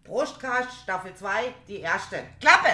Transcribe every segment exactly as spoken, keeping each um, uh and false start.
Prostcast Staffel zwei, die erste. Klappe!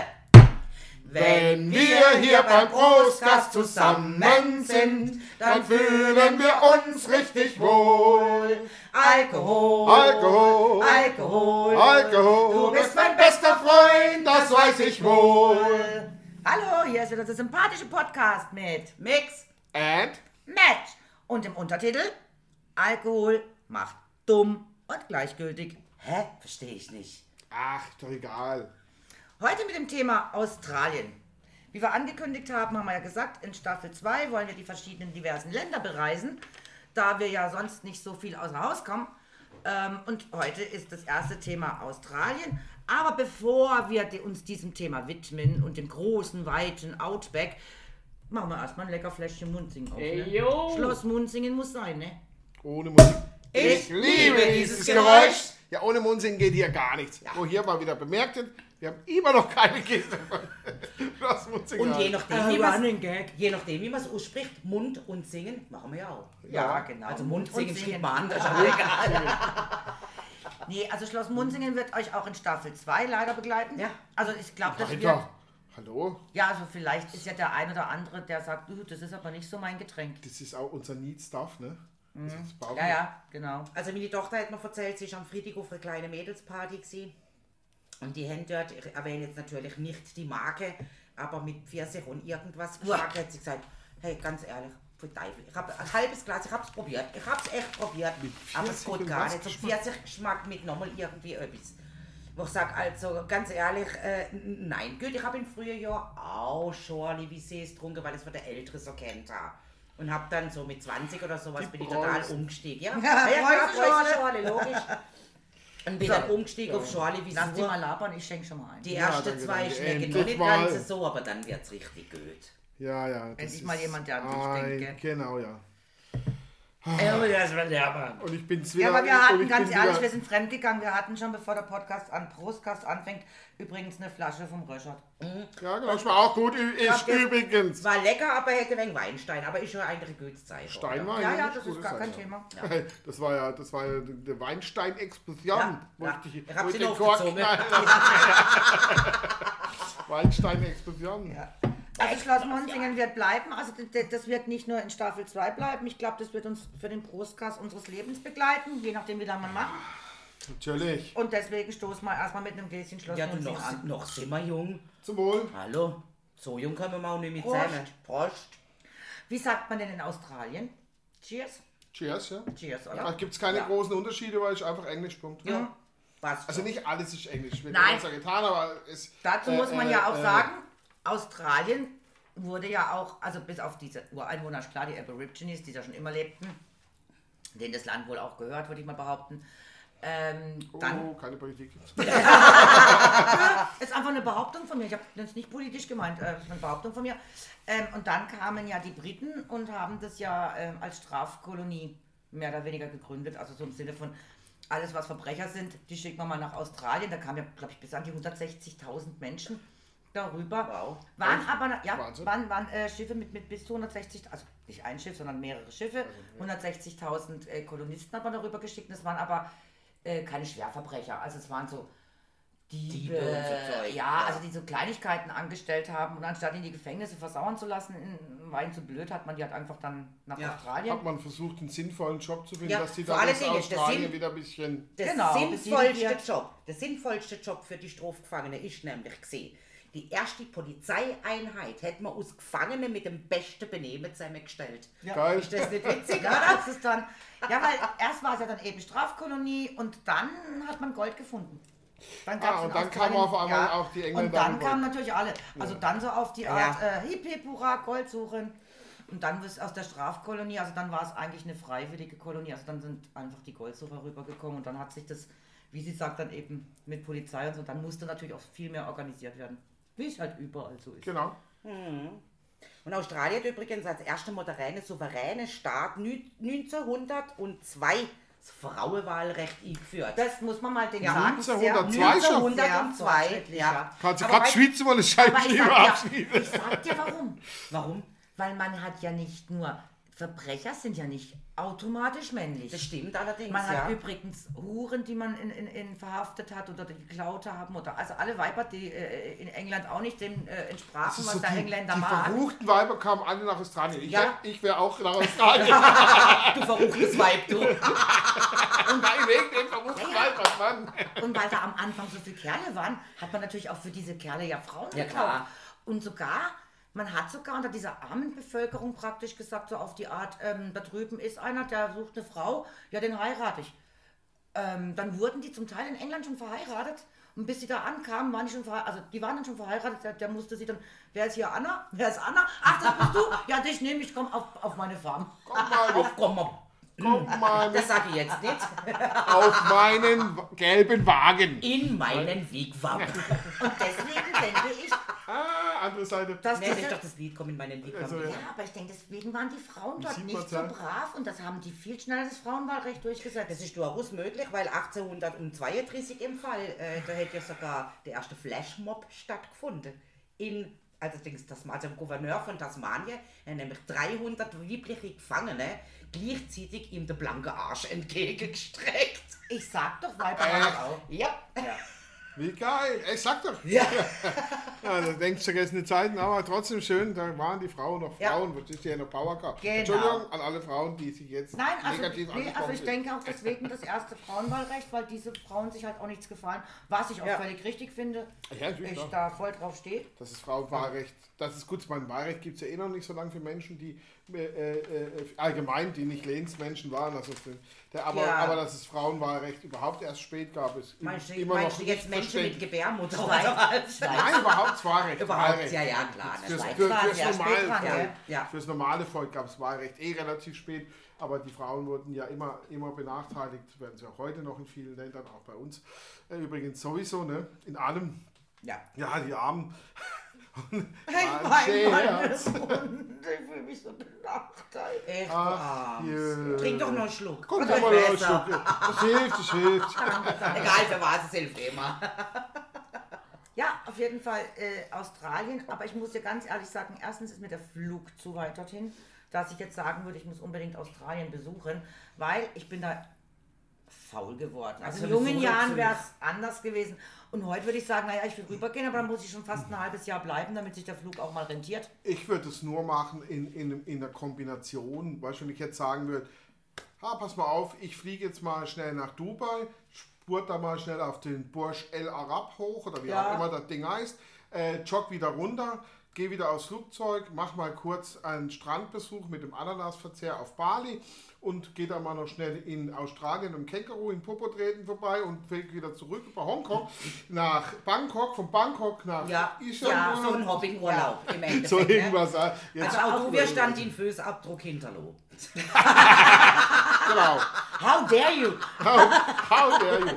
Wenn wir hier beim Prostcast zusammen sind, dann fühlen wir uns richtig wohl. Alkohol, Alkohol, Alkohol, Alkohol, du bist mein bester Freund, das weiß ich wohl. Hallo, hier ist wieder der sympathische Podcast mit Mix And? Match und im Untertitel Alkohol macht dumm und gleichgültig. Hä? Verstehe ich nicht. Ach, doch egal. Heute mit dem Thema Australien. Wie wir angekündigt haben, haben wir ja gesagt, in Staffel zwei wollen wir die verschiedenen diversen Länder bereisen, da wir ja sonst nicht so viel außer Haus kommen. Ähm, und heute ist das erste Thema Australien. Aber bevor wir die, uns diesem Thema widmen und dem großen, weiten Outback, machen wir erstmal ein lecker Fläschchen Munzingen auf. Hey, Ne? yo. Schloss Munzingen muss sein, ne? Ohne Musik. Ich liebe dieses Geräusch. Ja, ohne Munzingen geht hier gar nichts. Ja. Wo hier mal wieder bemerkt wird, wir haben immer noch keine Kiste von Schloss Munzingen. Und je nachdem, Ah, wie man's- Running Gag. je nachdem, wie man es ausspricht, Mund und Singen machen wir ja auch. Ja, genau. Also Mund Mund und und Singen Singen. mal anders, aber egal. Nee, also Schloss Munzingen wird euch auch in Staffel zwei leider begleiten. Ja. Also ich glaube, das wird... Weiter. Hallo? Ja, also vielleicht ist ja der ein oder andere, der sagt, uh, das ist aber nicht so mein Getränk. Das ist auch unser Need-Stuff, ne? Also das brauchen Ja, wir. ja, genau. Also meine Tochter hat mir erzählt, sie ist am Freitag auf einer kleinen Mädelsparty gewesen. Und die haben dort, ich erwähne jetzt natürlich nicht die Marke, aber mit Pfirsich und irgendwas gefragt, hat sie gesagt, hey, ganz ehrlich, für Teufel, ich habe ein halbes Glas, ich habe es probiert, ich habe es echt probiert, aber es Pfirsich geht und gar was nicht. So Geschmack? Pfirsichgeschmack mit nochmal irgendwie etwas. Wo ich sage, also ganz ehrlich, äh, n- nein, gut, ich habe im frühen Jahr auch Schorli, wie sie es getrunken, weil es von der Ältere so kennt habe. Und habe dann so mit zwanzig oder sowas Die bin ich total Preußen. umgestiegen. Ja, Ja, ja, klar, Preußen-Schorle. Preußen-Schorle, logisch. Und bin So. dann umgestiegen auf Schorli, wie Lass die so. mal labern, ich schenke schon mal ein. Die Ja, ersten danke, zwei danke. schmecken noch Endlich nicht mal. ganz so, aber dann wird es richtig gut. Ja, ja. das Endlich ist mal jemand, der an dich ein- denkt, gell? Genau, ja. Ja, das war der Mann. Und ich bin's Ja, wieder. aber wir und hatten, ich ganz bin ehrlich, wieder, wir sind fremdgegangen. Wir hatten schon, bevor der Podcast an Prostcast anfängt, übrigens eine Flasche vom Röschert. Ja, genau, ich war auch gut. Ich Habt ihr- übrigens. War lecker, aber hätte wegen Weinstein, aber ist schon eigentlich eine gute Zeit. Steinwein. Ja, ja, nicht? das Gute ist gar kein Sache. Thema. Das war ja, das war ja der Weinstein-Explosion. Ja, Wo ja. ich die- Ich hab wo sie den noch Kork aufgezogen. knallen lasse. Weinstein-Explosion. Ja. Also Schloss Munzingen wird bleiben, also d- d- das wird nicht nur in Staffel zwei bleiben, ich glaube, das wird uns für den Prostcast unseres Lebens begleiten, je nachdem wie lange man macht. Natürlich. Und deswegen stoßen wir erstmal mit einem Gläschen Schloss Ja, du, Munzingen noch, an. noch sind wir jung. Zum Wohl. Hallo, so jung können wir mal auch nicht mit Prost. zusammen. Prost. Wie sagt man denn in Australien? Cheers? Cheers, ja. Cheers, oder? Da gibt es keine Ja. großen Unterschiede, weil ich einfach Englisch punkt. Ja, passt. Also nicht alles ist Englisch. Wird Nein. besser getan, aber es. Dazu äh, muss man äh, ja auch äh, sagen, Australien wurde ja auch, also bis auf diese Ureinwohner, ist klar, die Aborigines, die da schon immer lebten, denen das Land wohl auch gehört, würde ich mal behaupten. Ähm, dann Oh, keine Politik. ist einfach eine Behauptung von mir, ich habe das nicht politisch gemeint, äh, das ist eine Behauptung von mir. Ähm, und dann kamen ja die Briten und haben das ja ähm, als Strafkolonie mehr oder weniger gegründet, also so im Sinne von alles, was Verbrecher sind, die schicken wir mal nach Australien. Da kamen ja, glaube ich, bis an die hundertsechzigtausend Menschen darüber. Wow. Waren aber, ja, Wahnsinn. waren, waren äh, Schiffe mit, mit bis zu hundertsechzig, also nicht ein Schiff, sondern mehrere Schiffe. hundertsechzigtausend äh, Kolonisten hat man darüber geschickt. Das waren aber äh, keine Schwerverbrecher. Also es waren so Diebe, Diebe und so Zeug, ja, ja. also die so Kleinigkeiten angestellt haben. Und anstatt in die Gefängnisse versauern zu lassen, in, war ihnen zu blöd, hat man die halt einfach dann nach Ja. Australien. Hat man versucht, einen sinnvollen Job zu finden, Ja, dass die vor dann allen aus Dingen, der Australien Sinn- wieder ein bisschen. Der Genau, sinnvollste besiedelt. Job, der sinnvollste Job für die Strafgefangenen ist nämlich gesehen. Die erste Polizeieinheit hätte man aus Gefangenen mit dem besten Benehmen zusammengestellt. Geil. Ist das nicht witzig, Ja, oder? das ist dann, ja, weil erst war es ja dann eben Strafkolonie und dann hat man Gold gefunden. Dann gab's Ah, in und dann Australien- kamen auf einmal auch die Engländer Und dann an Bord. kamen natürlich alle. Also dann so auf die Ja. Art, äh, hip hip hurra, Gold suchen. Und dann ist aus der Strafkolonie, also dann war es eigentlich eine freiwillige Kolonie. Also dann sind einfach die Goldsucher rübergekommen und dann hat sich das, wie sie sagt, dann eben mit Polizei und so, dann musste natürlich auch viel mehr organisiert werden. Wie es halt überall so ist. Genau. Und Australien hat übrigens als erster moderne, souveräne Staat neunzehnhundertzwei das Frauenwahlrecht eingeführt. Das muss man mal den Ja, sagen. neunzehnhundertzwei sehr- schon? sehr neunzehnhundertzwei, fortschrittlich, ja. Kannst du Aber gerade weißt- schwitzen, weil es Aber ich Scheibenschieber sag, ja, abschneiden. ich sag dir warum. Warum? Weil man hat ja nicht nur Verbrecher sind ja nicht automatisch männlich. Das stimmt allerdings, Man hat ja. übrigens Huren, die man in, in, in verhaftet hat oder die geklaut haben. Oder, also alle Weiber, die äh, in England auch nicht dem äh, entsprachen, was So der die, Engländer die mag. verruchten Weiber kamen alle nach Australien. Ich Ja. wär, ich wäre auch nach Australien. Du verruchtes Weib, du. Nein, wegen den verruchten Weibern, Mann. Und weil da am Anfang so viele Kerle waren, hat man natürlich auch für diese Kerle ja Frauen Ja, gekauft. klar. Und sogar, man hat sogar unter dieser armen Bevölkerung praktisch gesagt, so auf die Art, ähm, da drüben ist einer, der sucht eine Frau, ja, den heirate ich. Ähm, dann wurden die zum Teil in England schon verheiratet. Und bis sie da ankamen, waren die schon verheiratet, also die waren dann schon verheiratet, der, der musste sie dann, wer ist hier Anna? Wer ist Anna? Ach, das bist du? Ja, dich nehme ich, komm auf, auf meine Farm. Komm mal, Auf, komm mal. komm mal Das mit sage ich jetzt nicht. auf meinen gelben Wagen. In meinen Wigwam. Und deswegen denke ich, Ah, andere Seite. dass Nenn ich diese, doch das Lied, komm in meinen Wigwam. Also, ja. ja, aber ich denke, deswegen waren die Frauen dort sieht nicht man's so ja. brav und das haben die viel schneller das Frauenwahlrecht durchgesetzt. Das ist durchaus möglich, weil achtzehnhundertzweiunddreißig im Fall, äh, da hätte ja sogar der erste Flashmob stattgefunden. In, also, das, also im Gouverneur von Tasmanien, er nämlich dreihundert weibliche Gefangene gleichzeitig ihm den blanken Arsch entgegengestreckt. Ich sag doch, Weiber Äh. haben auch. Ja. Wie geil. Ey, sag doch. Ja. Ja, da denkst du vergessene Zeiten, aber trotzdem schön, da waren die Frauen noch Ja. Frauen, das ist ja noch Power Cup. Genau. Entschuldigung an alle Frauen, die sich jetzt Nein, also, negativ nee, angesprochen also ich sind. denke auch deswegen das erste Frauenwahlrecht, weil diese Frauen sich halt auch nichts gefallen, was ich auch Ja. völlig richtig finde. Ja, natürlich, ich klar. da voll drauf stehe. Das ist Frauenwahlrecht. Das ist gut, mein Wahlrecht gibt es ja eh noch nicht so lange für Menschen, die äh, äh, allgemein, die nicht Lehnsmenschen waren. Also für, der, aber, Ja. aber dass es Frauenwahlrecht überhaupt erst spät gab, ist Meinst du, immer meinst noch du jetzt nicht Menschen mit verständlich. Gebärmutter Schweiz. oder was? Nein, überhaupt das Wahlrecht. Überhaupt, Wahlrecht. ja, ja, klar. ne, Fürs, Schweiz. für, war fürs, sehr spät normale dran, Volk, ja. Ja. fürs normale Volk gab es Wahlrecht eh relativ spät, aber die Frauen wurden ja immer, immer benachteiligt, werden sie auch heute noch in vielen Ländern, auch bei uns. Äh, übrigens sowieso, ne? In allem. Ja. Ja, die Armen. Ich Ein meine, meine Scherz. Hunde, ich fühle mich so benachteiligt. Echt, du Ach, Arms. je. Trink doch noch einen Schluck. Komm, Oder komm mal, besser. Schluck. Das hilft, das hilft. Egal für was, es hilft immer. Ja, auf jeden Fall äh, Australien, aber ich muss dir ganz ehrlich sagen, erstens ist mir der Flug zu weit dorthin, dass ich jetzt sagen würde, ich muss unbedingt Australien besuchen, weil ich bin da faul geworden. Also in Also jungen so Jahren dazu. wäre es anders gewesen und heute würde ich sagen, naja, ich will rübergehen, aber dann muss ich schon fast ein halbes Jahr bleiben, damit sich der Flug auch mal rentiert. Ich würde es nur machen in, in, in der Kombination, weil wenn ich jetzt sagen würde, ha, pass mal auf, ich fliege jetzt mal schnell nach Dubai, spurt da mal schnell auf den Burj El Arab hoch oder wie Ja. auch immer das Ding heißt, äh, jogg wieder runter, geh wieder aufs Flugzeug, mach mal kurz einen Strandbesuch mit dem Ananasverzehr auf Bali und geh da mal noch schnell in Australien im Känguru in Popo treten vorbei und flieg wieder zurück über Hongkong nach Bangkok, von Bangkok nach Ja. Istanbul. Ja, So ein Hopping-Urlaub im Endeffekt. So ne? irgendwas. äh, Jetzt Also auch du wirst dann den Fußabdruck hinterlassen. genau. How dare you? How, how dare you?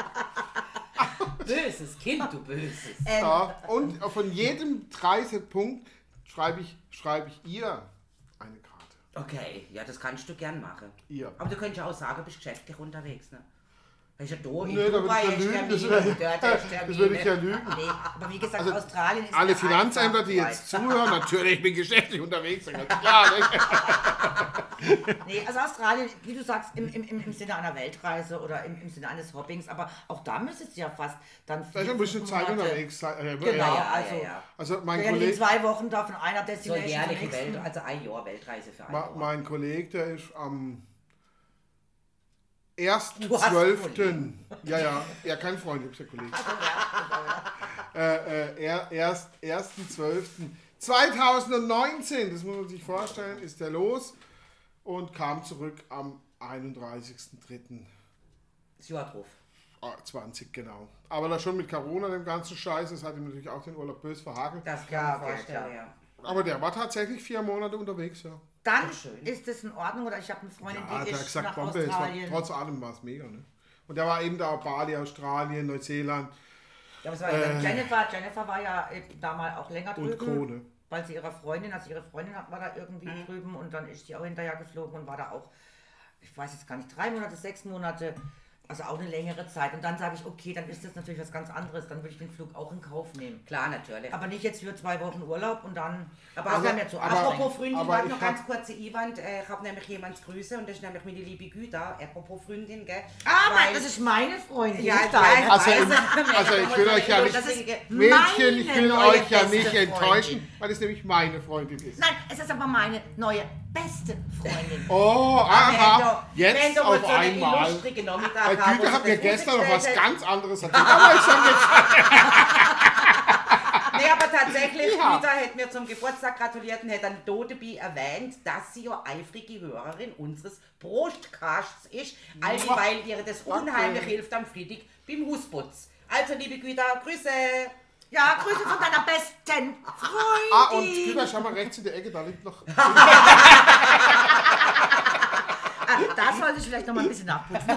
Böses Kind, du Böses. Ähm, Ja, und von jedem Reisepunkt schreibe ich, schreibe ich ihr eine Karte. Okay, ja, das kannst du gern machen. Ihr. Aber du könntest ja auch sagen, du bist geschäftlich unterwegs, ne? Hast ja da in Nee, da würde Dubai ich ja hast lügen, das Termine, wär- dort hast das Termine. würde ich ja lügen. Nee, aber wie gesagt, Also, Australien ist Alle mir Finanzämter, die einfach jetzt zuhören, natürlich, ich bin geschäftlich unterwegs, ja, ganz klar. Ne? Nee, also Australien, wie du sagst, im, im, im im Sinne einer Weltreise oder im, im Sinne eines Hoppings, aber auch da müsstest du ja fast dann Da ist schon ein bisschen fünf Zeit Monate- unterwegs sein. Äh, Genau, ja. also, ja, ja. Also mein ja, in Kollege, zwei Wochen da von einer So Destination zur jährliche nächsten. Welt, also ein Jahr Weltreise für ein ma, Jahr. mein Kollege, der ist am ersten Du hast zwölften Ja, ja, ja, kein Freund, ich hab's ja Kollege. äh, äh, er, erst, ersten zwölften zweitausendneunzehn, das muss man sich vorstellen, ist der los und kam zurück am einunddreißigsten dritten Das Jahr drauf. zwanzig, genau. Aber da schon mit Corona, dem ganzen Scheiß, das hat ihm natürlich auch den Urlaub bös verhagelt. Das kann Ja, ich mir okay, vorstellen, klar. ja. Aber der war tatsächlich vier Monate unterwegs, ja. Dann Ach, schön. ist es in Ordnung oder ich habe eine Freundin, Ja, die der hat ist gesagt, nach Bombe, es war, Australien. trotz allem war es mega, ne? Und der war eben da auf Bali, Australien, Neuseeland Ja, aber es war ja Jennifer, Jennifer war ja äh, da mal auch länger und drüben. Krone. Weil sie ihre Freundin, also ihre Freundin hat, war da irgendwie Mhm. drüben und dann ist sie auch hinterher geflogen und war da auch, ich weiß jetzt gar nicht, drei Monate, sechs Monate. Also auch eine längere Zeit. Und dann sage ich, okay, dann ist das natürlich was ganz anderes. Dann würde ich den Flug auch in Kauf nehmen. Klar, natürlich. Aber nicht jetzt für zwei Wochen Urlaub und dann... Aber das also- wäre mir zu aber- anstrengend. Apropos Freundin, aber warte ich noch hab- ganz kurze Einwand. Äh, Ich habe nämlich jemanden grüße und das ist nämlich meine liebe Güter. Apropos Freundin, gell? Ah, Weil- mein, das ist meine Freundin, Ja, nicht ja, deine. Also, weiß, im, also ich will euch ja nicht, Das ist Mädchen, ich meine will neue euch ja beste nicht Freundin. enttäuschen, weil es nämlich meine Freundin ist. Nein, es ist aber meine neue beste Freundin. Oh, aha, jetzt wenn du mal auf so eine einmal. illustrige Nachmittag Weil haben, wo Güte sie hat mir das gestern noch was vorgestellt hat. ganz anderes erzählt, aber ich sage jetzt, Nee, aber tatsächlich, Ja. Güter hat mir zum Geburtstag gratuliert und hat dann dort dabei erwähnt, dass sie ja eifrige Hörerin unseres Broadcasts ist, all dieweil ihr das unheimlich hilft am Freitag beim Hausputz. Also, liebe Güter, Grüße! Ja, Grüße von deiner besten Freundin. ah, und Güte, schau mal rechts in der Ecke, da liegt noch, Ah, da sollte ich vielleicht noch mal ein bisschen nachputzen.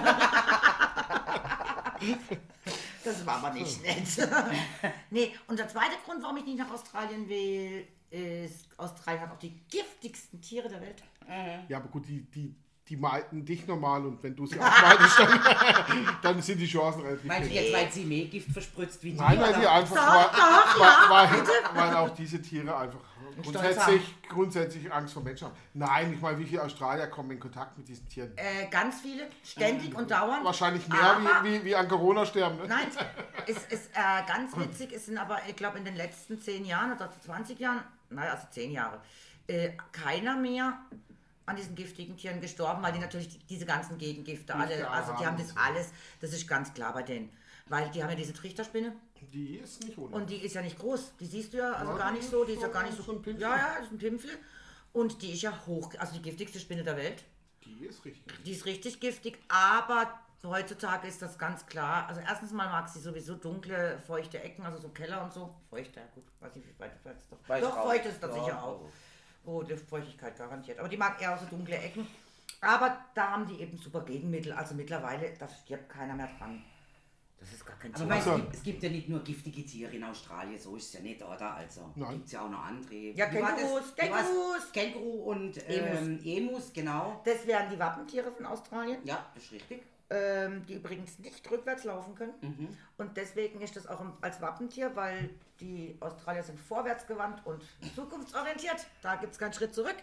Das war aber nicht nett. Nee, und der zweite Grund, warum ich nicht nach Australien will, ist, Australien hat auch die giftigsten Tiere der Welt. ja, aber gut, die, die, die malten dich normal und wenn du sie auch maltest, dann, dann sind die Chancen relativ Meinst du gering. jetzt, weil sie mehr Gift versprützt wie die? Nein, weil die oder? einfach, Doch, weil, doch, weil, weil auch diese Tiere einfach grundsätzlich, grundsätzlich Angst vor Menschen haben. Nein, ich meine, wie viele Australier kommen in Kontakt mit diesen Tieren? Äh, ganz viele, ständig und dauernd. Wahrscheinlich mehr Aber- wie, wie, wie an Corona sterben. Ne? Nein, es ist äh, ganz witzig, es sind aber, ich glaube, in den letzten zehn Jahren oder zwanzig Jahren, naja, also zehn Jahre, äh, keiner mehr an diesen giftigen Tieren gestorben, weil die natürlich die, diese ganzen Gegengifte alle, Gifte also die haben haben das und so. alles, das ist ganz klar bei denen. Weil die haben ja diese Trichterspinne Die ist nicht ohne. und die ist ja nicht groß, die siehst du ja, also Ja, gar die nicht ist so, die ist ja so- gar nicht so, so ein Pimpel. ja, ja, das ist ein Pimpel und die ist ja hoch, also die giftigste Spinne der Welt. Die ist richtig. Die ist richtig giftig, aber heutzutage ist das ganz klar. Also erstens mal mag sie sowieso dunkle, feuchte Ecken, also so Keller und so. Feuchte, ja gut, weiß nicht, wie weit das ist. Doch, Weiß doch auch. feucht ist das Ja. sicher auch. Wo die Feuchtigkeit garantiert. Aber die mag eher so dunkle Ecken. Aber da haben die eben super Gegenmittel. Also mittlerweile, da stirbt keiner mehr dran. Das ist gar kein Aber Thema. meinst, Also- es, gibt, es gibt ja nicht nur giftige Tiere in Australien, so ist es ja nicht, oder? Also Nein. gibt es ja auch noch andere. Ja, Wie war das? Kängurus, Wie war's? Kängurus. Känguru und ähm, Emus, genau. Das wären die Wappentiere von Australien. Ja, das ist richtig. ähm, die übrigens nicht rückwärts laufen können. Mhm. Und deswegen ist das auch als Wappentier, weil die Australier sind vorwärtsgewandt und zukunftsorientiert. Da gibt es keinen Schritt zurück.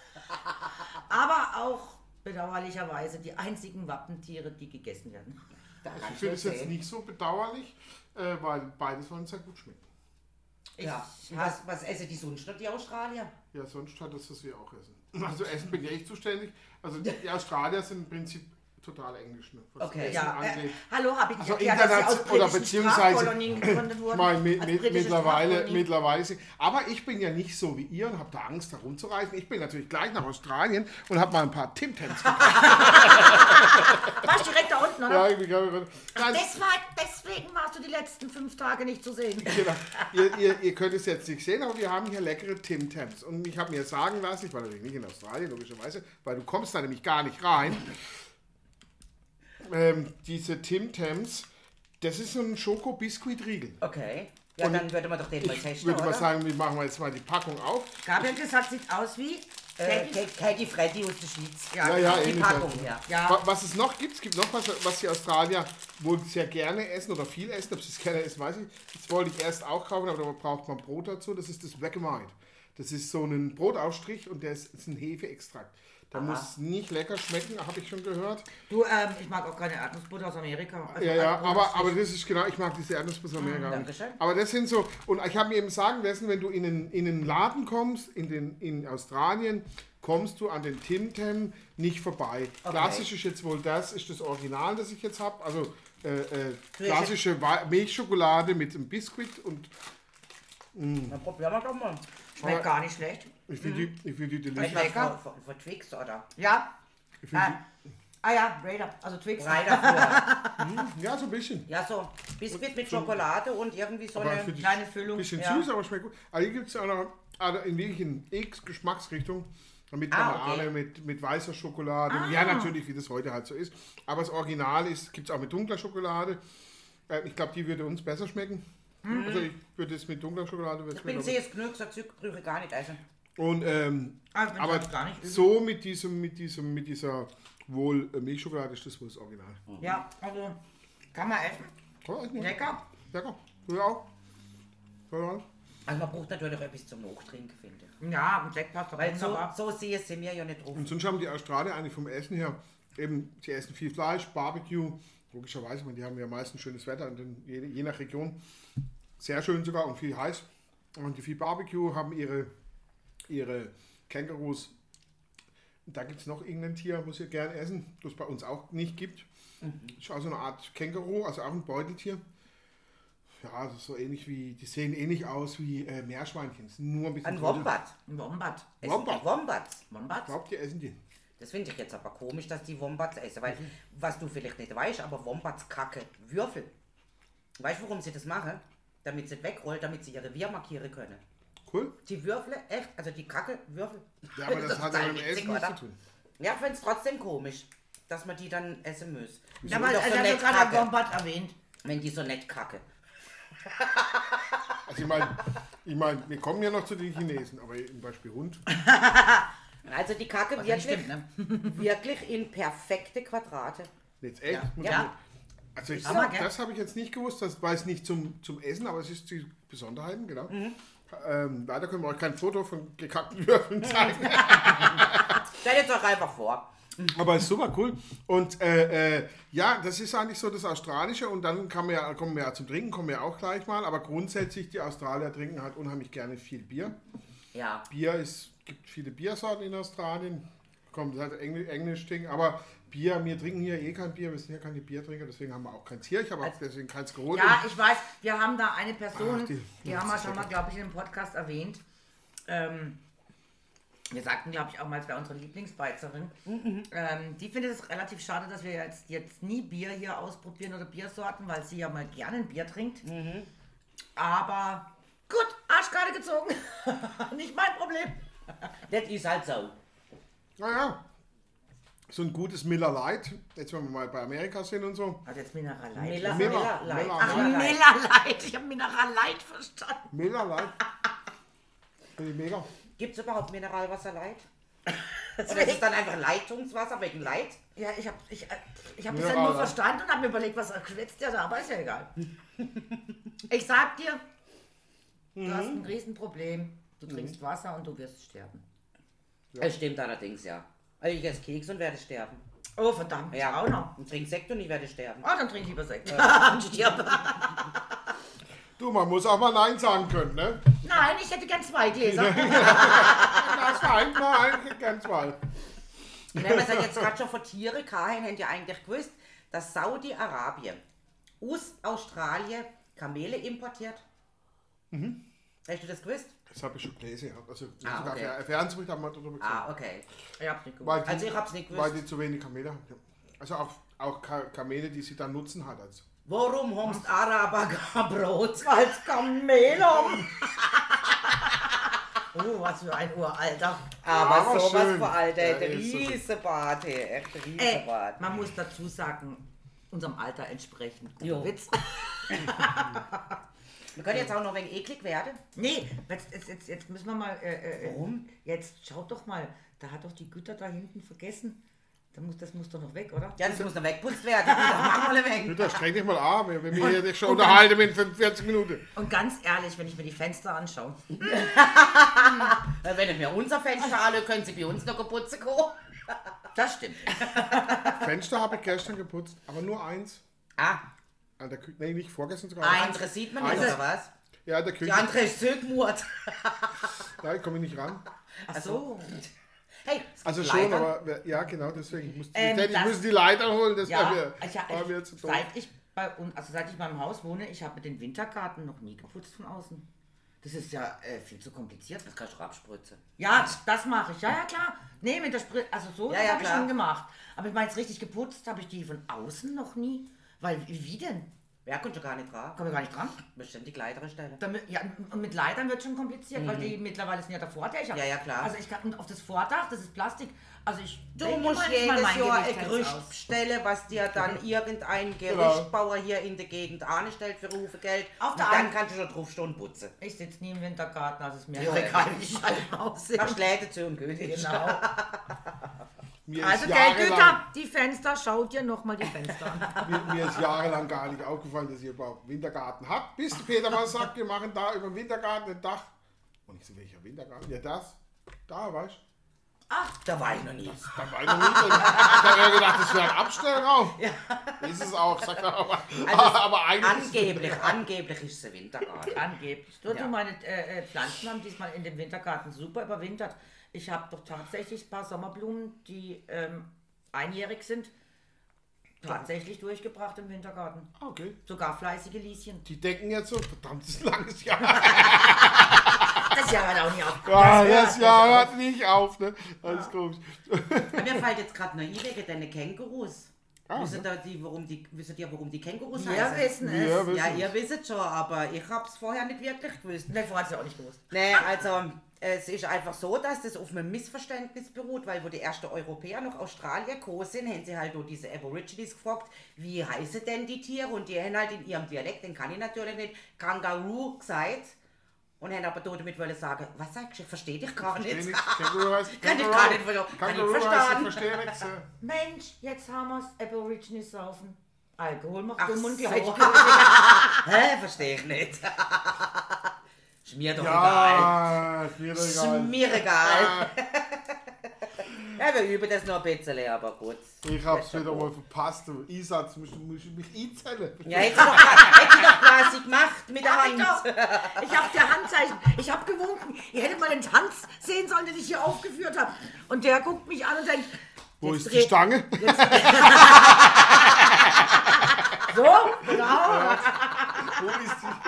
Aber auch bedauerlicherweise die einzigen Wappentiere, die gegessen werden. Da Ich kannst du finde es jetzt sehen. nicht so bedauerlich, äh, weil beides wollen sehr gut schmecken. Ja. Und was, was essen die sonst noch, die Australier? Ja, sonst hat das, was wir auch essen. Also Essen bin ja ich zuständig. Also die Australier sind im Prinzip total englisch, ne, was Okay. Essen Ja, äh, angeht. hallo, habe ich nicht Also erklärt, dass sie aus international- oder britischen beziehungsweise- Strafkolonien gegründet wurden? Ich meine, mit, Als mit, britische mittlerweile, Strafkolonie. mittlerweile. sind- Aber ich bin ja nicht so wie ihr und habe da Angst, da rumzureisen. Ich bin natürlich gleich nach Australien und habe mal ein paar Tim Tams gekauft. Warst direkt da unten, oder? Ja, ich bin gerade- Nein, Das war, deswegen warst du die letzten fünf Tage nicht zu sehen. genau. ihr, ihr, ihr könnt es jetzt nicht sehen, aber wir haben hier leckere Tim Tams. Und ich habe mir sagen lassen, ich war natürlich nicht in Australien, logischerweise, weil du kommst da nämlich gar nicht rein. Ähm, diese Tim Tams, das ist so ein Schoko-Biskuit-Riegel. Okay. Ja, Und dann würde man doch den mal Ich testen, würde mal oder? sagen, wir machen jetzt mal die Packung auf. Gabriel hat gesagt, sieht aus wie Äh, Teddy. Katie Freddy aus der Schweiz. Ja, ja, Die ähnlich. Packung, ja. Ja. Wa- Was es noch gibt, es gibt noch was, was die Australier wohl sehr gerne essen oder viel essen. Ob sie es gerne essen, weiß ich. Das wollte ich erst auch kaufen, aber da braucht man Brot dazu. Das ist das Vegemite. Das ist so ein Brotaufstrich und der ist, ist ein Hefeextrakt. Der Aha. muss nicht lecker schmecken, habe ich schon gehört. Du, ähm, ich mag auch keine Erdnussbutter aus Amerika. Also Ja, ja, als aber, Brotaufstrich. aber das ist genau, ich mag diese Erdnussbutter mehr gar nicht. Dankeschön. Aber das sind so, und ich habe mir eben sagen lassen, wenn du in einen, in einen Laden kommst, in, den, in Australien, kommst du an den Tim Tam nicht vorbei. Okay. Klassisch ist jetzt wohl das, ist das Original, das ich jetzt habe. Also äh, äh, klassische Wa- Milchschokolade mit einem Biskuit und Dann probieren wir doch mal. Schmeckt gar nicht schlecht. ich finde die, ich find die Ist delicious. das Lecker. von, von, von Twix, oder? Ja. Ich find Ah, ah ja, Raider, also Twix. Drei davor. die, ja, so ein bisschen. Ja, so Biskuit mit Schokolade und irgendwie so Aber eine... für die- Kleine Füllung. Bisschen ja. süß, aber schmeckt gut. Also hier gibt es auch noch also in wirklich in X-Geschmacksrichtung. Mit Ah, Banane, okay. mit, mit weißer Schokolade. Ja, natürlich, wie das heute halt so ist. Aber das Original ist, gibt es auch mit dunkler Schokolade. Äh, ich glaube, die würde uns besser schmecken. Also ich würde es mit dunkler Schokolade... würde Ich es mir, bin glaub ich- sehr genug, so Zeug brauche ich gar nicht essen. Und ähm, Ah, ich find's aber eigentlich gar nicht übel. so mit diesem, mit diesem, mit dieser Wohl äh, Milchschokolade ist das wohl das Original. Ja, also kann man essen. Oh, ja. Lecker. Lecker. Du auch? Ja. Also man braucht natürlich etwas zum Nachtrinken, finde ich. Ja, und Sekt passt doch Weil so, wunderbar. so sehr sind wir ja nicht drauf. Und sonst haben die Australier eigentlich vom Essen her, eben, sie essen viel Fleisch, Barbecue, logischerweise, die haben ja meistens schönes Wetter, und dann je, je nach Region sehr schön sogar und viel heiß. Und die viel Barbecue haben ihre, ihre Kängurus. Da gibt es noch irgendein Tier, muss ich gerne essen, das es bei uns auch nicht gibt. Mhm. Ist also eine Art Känguru, also auch ein Beuteltier. Ja, das ist so ähnlich wie, die sehen ähnlich aus wie äh, Meerschweinchen. Nur ein bisschen Ein größer. Wombat. Ein Wombat. Essen Wombat. die Wombats. Wombats? Glaubt ihr, essen die? Das finde ich jetzt aber komisch, dass die Wombats essen, weil, was du vielleicht nicht weißt, aber Wombats kacke Würfel. Weißt du, warum sie das machen? Damit sie wegrollen, damit sie ihr Revier markieren können. Cool. Die Würfel, echt, also die kacke Würfel. Ja, aber das, ist hat ja total mit dem witzig, Essen nichts oder? zu tun. Ja, ich finde es trotzdem komisch, dass man die dann essen muss. Ja, Wenn aber die also, doch so ich habe nett gerade einen kacke. Wombat erwähnt. Wenn die so nett kacke. Also ich meine, ich mein, wir kommen ja noch zu den Chinesen, aber zum Beispiel Hund. Also die Kacke Was wirklich, nicht stimmt, ne? wirklich in perfekte Quadrate. Jetzt echt? Ja. Muss Ja. man- Also ich, Hammer, gell? das habe ich jetzt nicht gewusst, das war es nicht zum, zum Essen, aber es ist die Besonderheiten, genau. Mhm. Ähm, leider können wir euch kein Foto von gekackten Würfeln zeigen, Stell jetzt doch einfach vor. aber ist super cool. Und äh, äh, ja, das ist eigentlich so das Australische und dann kann man ja, kommen wir ja zum Trinken, kommen wir auch gleich mal, aber grundsätzlich die Australier trinken halt unheimlich gerne viel Bier. Ja. Bier ist, gibt viele Biersorten in Australien, kommt halt Engl Englisch Ding, aber Bier, wir trinken hier eh kein Bier, wir sind ja keine Biertrinker, deswegen haben wir auch keins hier, ich habe auch deswegen keins geholt. Ja, ich weiß, wir haben da eine Person, Ach, die, die- haben wir das ist schon mal, lecker. glaube ich, in dem Podcast erwähnt. Ähm, wir sagten, glaube ich, auch mal, es wäre unsere Lieblingsbeizerin. Ähm, die findet es relativ schade, dass wir jetzt, jetzt nie Bier hier ausprobieren oder Biersorten, weil sie ja mal gerne ein Bier trinkt. Aber gut, Arschkarte gezogen. Nicht mein Problem. Das ist halt so. Naja, so ein gutes Miller Lite, jetzt wenn wir mal bei Amerika sind und so. Hat jetzt Mineral Light. Miller, Miller, Miller, Light. Miller. Ach, Miller Light. Miller Light. Ich habe Mineral Light verstanden. Miller Lite. Finde ich mega. Gibt es überhaupt Mineralwasser Light? Oder ist es dann einfach Leitungswasser wegen Light? Ja, ich habe ich, äh, ich hab das Mineral ja nur Light. verstanden und habe mir überlegt, was er schwätzt ja da, aber ist ja egal. Ich sag dir, du hast ein Riesenproblem. Du trinkst Wasser und du wirst sterben. Es stimmt allerdings, ja. Also ich esse Keks und werde sterben. Oh, verdammt, Ja, auch noch. Und trink Sekt und ich werde sterben. Ah, dann trink lieber Sekt. Und stirb. Du, man muss auch mal Nein sagen können, ne? Nein, ich hätte gern zwei Gläser. Das war einmal eigentlich ganz mal. Und wenn wir es ja jetzt gerade schon von Tiere kahen, habt ihr eigentlich gewusst, dass Saudi-Arabien aus Australien Kamele importiert? Mhm. Hast du das gewusst? Das habe ich schon gelesen, ja. Also Ah, sogar okay. Fer- Fernsehbericht haben wir darüber gesehen. Ah, okay. Ich hab's nicht gewusst. Weil die, Also ich hab's nicht Weil gewusst. die zu wenig Kamele haben. Ja. Also auch, auch Ka- Kamele, die sie dann nutzen hat. Also. Warum haben die Araber kein Brot? Als Kamelum. Oh, was für ein Uralter. Aber, Aber sowas schön. vor Alter, Ja, der ist so. Riesebart, hey, echt Ey, Riesebart. man muss dazu sagen, unserem Alter entsprechend. Jo. Witz. Wir können jetzt auch noch ein wenig eklig werden. Nee, jetzt, jetzt, jetzt, jetzt müssen wir mal. Äh, äh, Warum? Jetzt schaut doch mal, da hat doch die Güter da hinten vergessen. Da muss, das muss doch noch weg, oder? Ja, das muss noch wegputzt werden. Das machen wir ein wenig. Da streng dich mal an, wenn wir hier dich schon unterhalten in fünfundvierzig Minuten. Und ganz ehrlich, wenn ich mir die Fenster anschaue. Weil wenn ich mir unser Fenster alle, können Sie bei uns noch putzen kommen. Das stimmt. Fenster habe ich gestern geputzt, aber nur eins. Ah, An der Küche. Nee, nicht vorgestern sogar. die andere sieht man nicht, Also- oder was? Ja, in der Die Küche. andere ist Zögmord. Da komme ich nicht ran. Ach so. Hey, Also Leitern. schon, aber wer- ja, genau, deswegen. Ich, muss, Ähm, ich, ich das- muss die Leiter holen, das Ja, war mir, ich, ich, war mir zu doof. seit ich bei uns, also seit ich beim Haus wohne, ich habe den Wintergarten noch nie geputzt von außen. Das ist ja äh, viel zu kompliziert. Das kannst du abspritzen. Ja, das mache ich. Ja, ja, klar. Nee, mit der Sprit, also so, Ja, das ja, habe ich klar. schon gemacht. Aber ich meine, jetzt richtig geputzt habe ich die von außen noch nie. Weil, wie denn? Wer kommt schon gar nicht dran? Komme ich gar nicht dran. Bestimmt die kleinere Stelle. Damit, ja, und mit Leitern wird schon kompliziert, weil die mittlerweile sind ja der Vordach. Ich hab- Ja, ja, klar. Also ich kann, und auf das Vordach, das ist Plastik. Also ich Du denke musst manchmal, jedes mein Jahr Gewicht ein hält's Gerücht aus. stellen, was dir dann irgendein Gerüchtbauer hier in der Gegend anstellt für Rufe Geld. Auf Und der dann einen- kannst du schon drauf stehen putzen. Ich sitze nie im Wintergarten, also ist mir Ja, egal, ja. wie ich halt aussehe. Machst Läden zu und König. Genau. Mir Also ist Geldgüter, jahrelang, die Fenster, die Fenster, schaut Also dir Geldgüter, die Fenster, schaut dir nochmal die Fenster an. mir, mir ist jahrelang gar nicht aufgefallen, dass ihr überhaupt einen Wintergarten habt. Bis Peter mal sagt, wir machen da über den Wintergarten ein Dach. Und ich so, welcher Wintergarten? Ja, das. Da, weißt du? Ach, da war ich noch nie. Da war ich noch nicht. Ich habe ja gedacht, das wäre ein Abstellraum. Ja. Ist es auch, sagt er aber. Also aber eigentlich angeblich, angeblich ist es ein Wintergarten. Angeblich. Dort Ja. meine äh, Pflanzen haben diesmal in dem Wintergarten super überwintert. Ich habe doch tatsächlich ein paar Sommerblumen, die ähm, einjährig sind, tatsächlich durchgebracht im Wintergarten. Okay. Sogar fleißige Lieschen. Die denken jetzt so, verdammt, das ist ein langes Jahr. Das Jahr hört auch nicht auf. Ja, hört das Jahr nicht hört nicht auf, ne? Das ist komisch. Mir fällt jetzt gerade noch ein, wegen deine Kängurus. Ah, Wisst ne? ihr, die, warum die, wisst ihr, warum die Kängurus Wir heißen? wissen es. Wir wissen Ja, es. ihr wisst schon, aber ich hab's vorher nicht wirklich gewusst. Ne, vorher hat sie auch nicht gewusst. Nee, also es ist einfach so, dass das auf einem Missverständnis beruht, weil wo die ersten Europäer nach Australien gekommen sind, haben sie halt nur diese Aborigines gefragt, wie heißen denn die Tiere? Und die haben halt in ihrem Dialekt, den kann ich natürlich nicht, Kangaroo gesagt. Und haben aber dort damit wollen sagen, was sagst du, ich verstehe dich gar nicht. Versteh nichts. Känguru heißt Kann ich Känguru. gar nicht ver- kann ich Känguru heißt, verstehen. ich verstehe nichts. äh. Mensch, jetzt haben wir's. Aborigines saufen. Alkohol macht Ach dumm und so. gleich. Hä, verstehe ich nicht. Ist mir doch egal. Ja, ist mir doch Ist egal. mir egal. Ja, wir üben das noch ein bisschen, aber gut. Ich hab's wieder mal verpasst. du. Einsatz, musst du musst du mich einzählen. Ja, hätte ich doch, hätte ich doch quasi gemacht mit der Hab ich Hand. doch. Ich hab der Handzeichen. Ich hab gewunken. Ihr hättet mal den Tanz sehen sollen, den ich hier aufgeführt habe. Und der guckt mich an und denkt, Wo jetzt ist die dreh- Stange? So, genau. Wo ist die?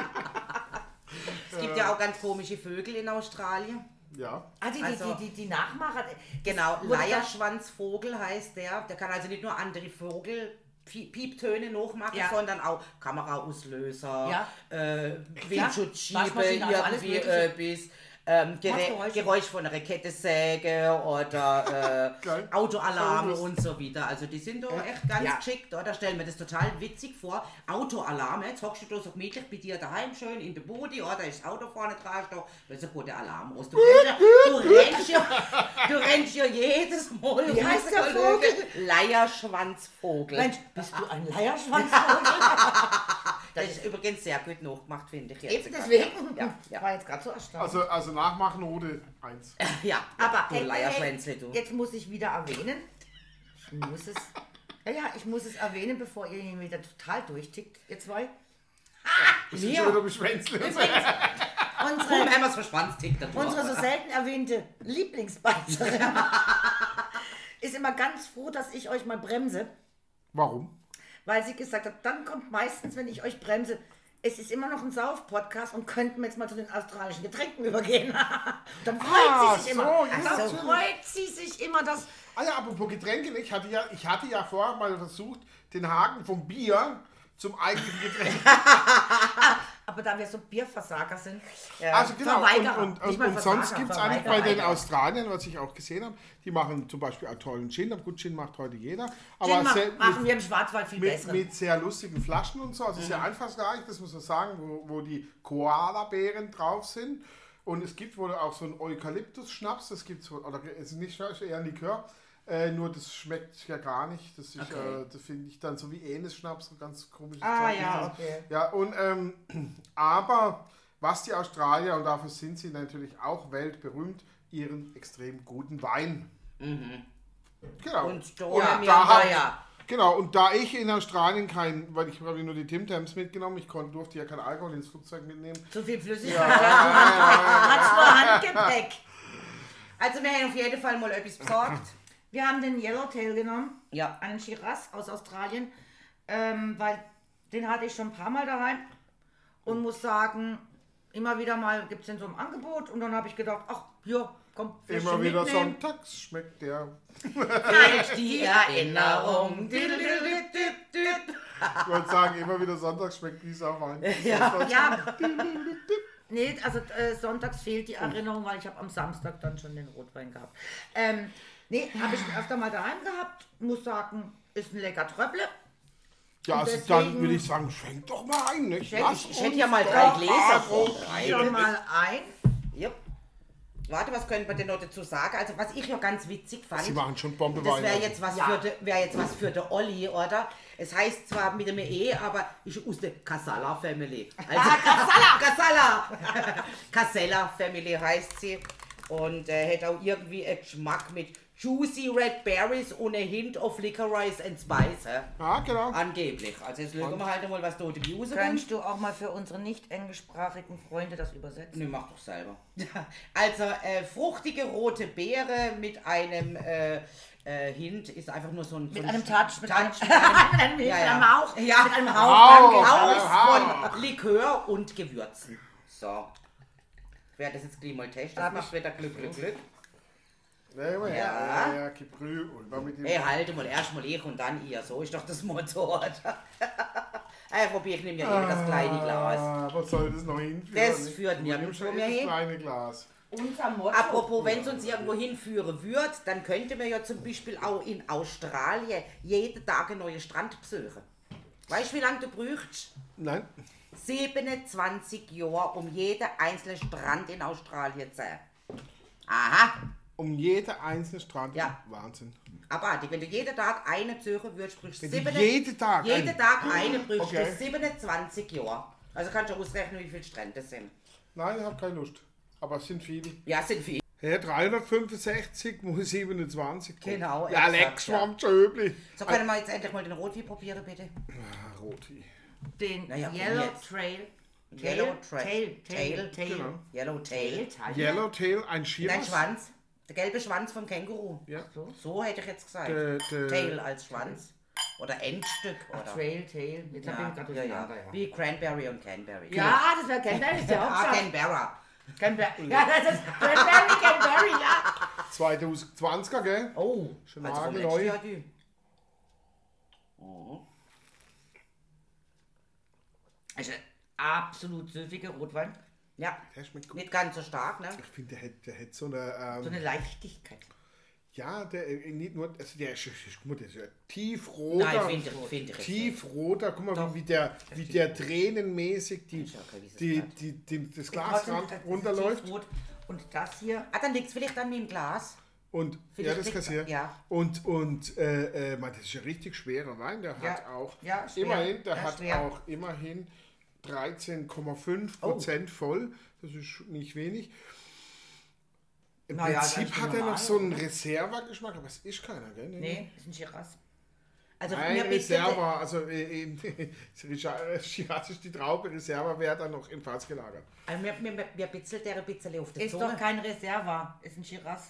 Es gibt ja auch ganz komische Vögel in Australien. Ja. Ah, die, die, Also- die, die, die Nachmacher. Genau, wurde Leierschwanzvogel heißt der. Der kann also nicht nur andere Vogel Pie- Pieptöne nachmachen, Ja. sondern auch Kameraauslöser, Ja. äh, Windschutzschiebe, Waschmaschine, also alles irgendwie Mögliche. äh, bis ähm, Gerä- Geräusch. Geräusch von einer Kettensäge oder äh, Geil. Autoalarme Voll und so weiter. Also die sind doch echt ganz Ja. geschickt, oder? Stellen wir das total witzig vor. Autoalarme, jetzt hockst du da so gemütlich bei dir daheim schön in der Bude, oder? Da ist das Auto vorne dran, da ist ein guter Alarm aus. Du rennst ja, du rennst ja, du rennst ja jedes Mal. Wie heißt der Vogel? Leierschwanzvogel. Mensch, bist du ein Leierschwanzvogel? Das ist übrigens sehr gut nachgemacht, finde ich jetzt. Eben deswegen. Ja, Ich ja. war jetzt gerade so erstaunt. Also, also nachmachen Note eins. Ja, Aber du hey, Leierschwänzle, hey, du. jetzt muss ich wieder erwähnen. Ich muss es. Ja, ja, ich muss es erwähnen, bevor ihr ihn wieder total durchtickt, ihr zwei. Das ist schon wieder beschwänzelt. Warum Unsere, haben wir es verschwanztickt? unsere so selten erwähnte Lieblingsbeizerin ist immer ganz froh, dass ich euch mal bremse, Warum? weil sie gesagt hat, dann kommt meistens, wenn ich euch bremse, es ist immer noch ein Sauf-Podcast und könnten wir jetzt mal zu den australischen Getränken übergehen. Dann freut Ah, sie sich so, immer. ja, Dann natürlich. freut sie sich immer, dass Ah ja, apropos Getränke, ich hatte ja, ich hatte ja vorher mal versucht, den Haken vom Bier zum eigentlichen Getränk. aber da wir so Bierversager sind, Also genau, und, Verweigerer, und, nicht und, mal und Versager, sonst gibt es eigentlich bei Verweigerer. den Australiern, was ich auch gesehen habe, die machen zum Beispiel auch tollen Gin, aber gut, Gin macht heute jeder, aber Gin ma- sehr, machen mit, wir im Schwarzwald viel mit, besseren. mit sehr lustigen Flaschen und so, also sehr einfallsreich, das muss man sagen, wo, wo die Koala-Beeren drauf sind. Und es gibt wohl auch so einen Eukalyptus-Schnaps, das gibt es wohl, oder es ist nicht Schnaps, eher ein Likör, äh, nur das schmeckt ja gar nicht. Das, ist, Okay. äh, das finde ich dann so wie Enes-Schnaps, so ganz komisches Ah, Zeug. ja, Das- okay. Ja, und ähm, aber was die Australier, und dafür sind sie natürlich auch weltberühmt, ihren extrem guten Wein. Genau. Und da Ja, haben wir da da hab- ja. Genau, und da ich in Australien kein, weil ich habe nur die Tim Tams mitgenommen, ich konnte, durfte ja kein Alkohol ins Flugzeug mitnehmen. Zu viel Flüssigkeit. Hat's nur Handgepäck. Also wir haben auf jeden Fall mal etwas besorgt. Wir haben den Yellowtail genommen, Ja. einen Shiraz aus Australien, ähm, weil den hatte ich schon ein paar Mal daheim und muss sagen, immer wieder mal gibt es den so im Angebot und dann habe ich gedacht, ach ja, komm, Fläschchen Immer wieder mitnehmen. sonntags schmeckt der. Nein, Die Erinnerung. Ich wollte sagen, immer wieder sonntags schmeckt dieser Wein. Ja, nee, also äh, sonntags fehlt die Erinnerung, weil ich habe am Samstag dann schon den Rotwein gehabt. Ähm, nee, habe ich öfter mal daheim gehabt, muss sagen, ist ein lecker Tröpple. Ja, Und also deswegen- dann würde ich sagen, schenk doch mal ein, nicht? Schenk- Lass ich hätte uns ja mal doch drei Gläser mal vor. probieren. Schon mal ein. Yep. Warte, was können wir denn noch dazu sagen? Also was ich ja ganz witzig fand, Sie machen schon Bombe das wäre Weihnachten. jetzt, was Ja. für de, wär jetzt was für den Olli, oder? Es heißt zwar mit dem E, aber ist aus der Casala Family. Also Casala! Casala! Casella Family heißt sie. Und äh, hat auch irgendwie einen Geschmack mit Juicy Red Berries und a Hint of Licorice and Spice. Hä? Ja, genau. Angeblich. Also jetzt schauen wir halt mal, was da die rauskommt. Kannst du auch mal für unsere nicht englischsprachigen Freunde das übersetzen? Ne, mach doch selber. Also, äh, fruchtige rote Beere mit einem äh, äh, Hint ist einfach nur so ein... Mit so einem Touch, mit einem, Touch, mit einem, mit Ja, einem ja. Hauch, Ja. mit einem Hauch. Hauch. Haus Hauch. von Likör und Gewürzen. So. Ich werde das jetzt gleich mal testen. Das Hab macht ich- wieder Glück, Glück, Glück. Ja, ja, Ja. ja, ja, Gebrüh und dann mit dem. Ey, halte mal, erst mal ich und dann ihr. So ist doch das Motto, oder? Ey, probier, ich nehme ja eben das kleine Glas. Ah, was soll das noch hinführen? Das nicht? führt Du nirgendwo nimmst schon mehr das hin. kleine Glas. Unser Motto. Apropos, wenn es uns irgendwo hinführen wird, dann könnte man ja zum Beispiel auch in Australien jeden Tag einen neuen Strand besuchen. Weißt du, wie lange du brauchst? Nein. siebenundzwanzig Jahre, um jeden einzelnen Strand in Australien zu sehen. Aha. Um jeder einzelne Strand. Ja. Wahnsinn. Aber wenn du jeden Tag einen besuchen würdest, brauchst du Wenn du sieben- jeden Tag jeden einen- Tag einen brauchst Okay. du siebenundzwanzig Jahre. Also kannst du ausrechnen, wie viele Strände es sind. Nein, ich habe keine Lust. Aber es sind viele. Ja, es sind viele. Hey, dreihundertfünfundsechzig mal siebenundzwanzig. Genau, Ja, exakt, leck, ja. schwamm, schöbli. So, können wir jetzt endlich mal den Rotwein probieren, bitte? Ah, Roti. Den Na ja, komm Yellow jetzt. Trail. Yellow Tra- Tail. Tail. Tail. Tail. Genau. Yellow Tail. Yellowtail, ein Dein Schiras. Schwanz. Der gelbe Schwanz vom Känguru. Ja. So hätte ich jetzt gesagt. Der- der- Tail als Schwanz. Oder Endstück. Oder? Trail, Tail. Jetzt hab Ja, ich gerade ja, ja. durcheinander, ja. Wie Cranberry und Canberry. Ja, das wäre Canberry, ist ja auch Ah, schon. Canberra. Canberry. Ja, das ist Canberry, Canberry, ja. zwanzig zwanziger, gell? Oh, Schon also vom nagelneu. letzten Jahr die. Oh. Also absolut süffiger Rotwein. Ja, Der schmeckt gut. nicht ganz so stark, ne? Ich finde, der hätte der hätt so eine. Ähm, So eine Leichtigkeit. ja, der äh, nicht nur. Also der ist, guck mal, der ist ja tiefroter. Nein, finde ich, finde ich. jetzt nicht. Tiefroter, guck mal, wie, wie, der, wie der tränenmäßig die, ist ja kein weißes die, Blatt. die, die, das Trotzdem, Glasrand das ist runterläuft. tiefrot. Und das hier, Ah, dann liegt es vielleicht an meinem Glas. Und Finde ja, ich das dick, kassiert. ja. Und, und äh, äh, man, das ist ja richtig schwerer Wein. Der Ja, hat auch ja, schwer. immerhin, der Ja, hat schwer. auch immerhin dreizehn Komma fünf Oh. Prozent voll. Das ist nicht wenig. Im Na ja, das Prinzip ist hat er normal, noch so einen Reserva-Geschmack, aber es ist keiner, gell? nee, ist ein Shiraz. Also Nein, mir bitte, Reserva, also äh, in- Shiraz ist die Traube, Reserva wäre dann noch im Fass gelagert. Also mir, mir, mir bitzelt der ein bisschen auf der ist Zunge. doch kein Reserva, ist ein Shiraz.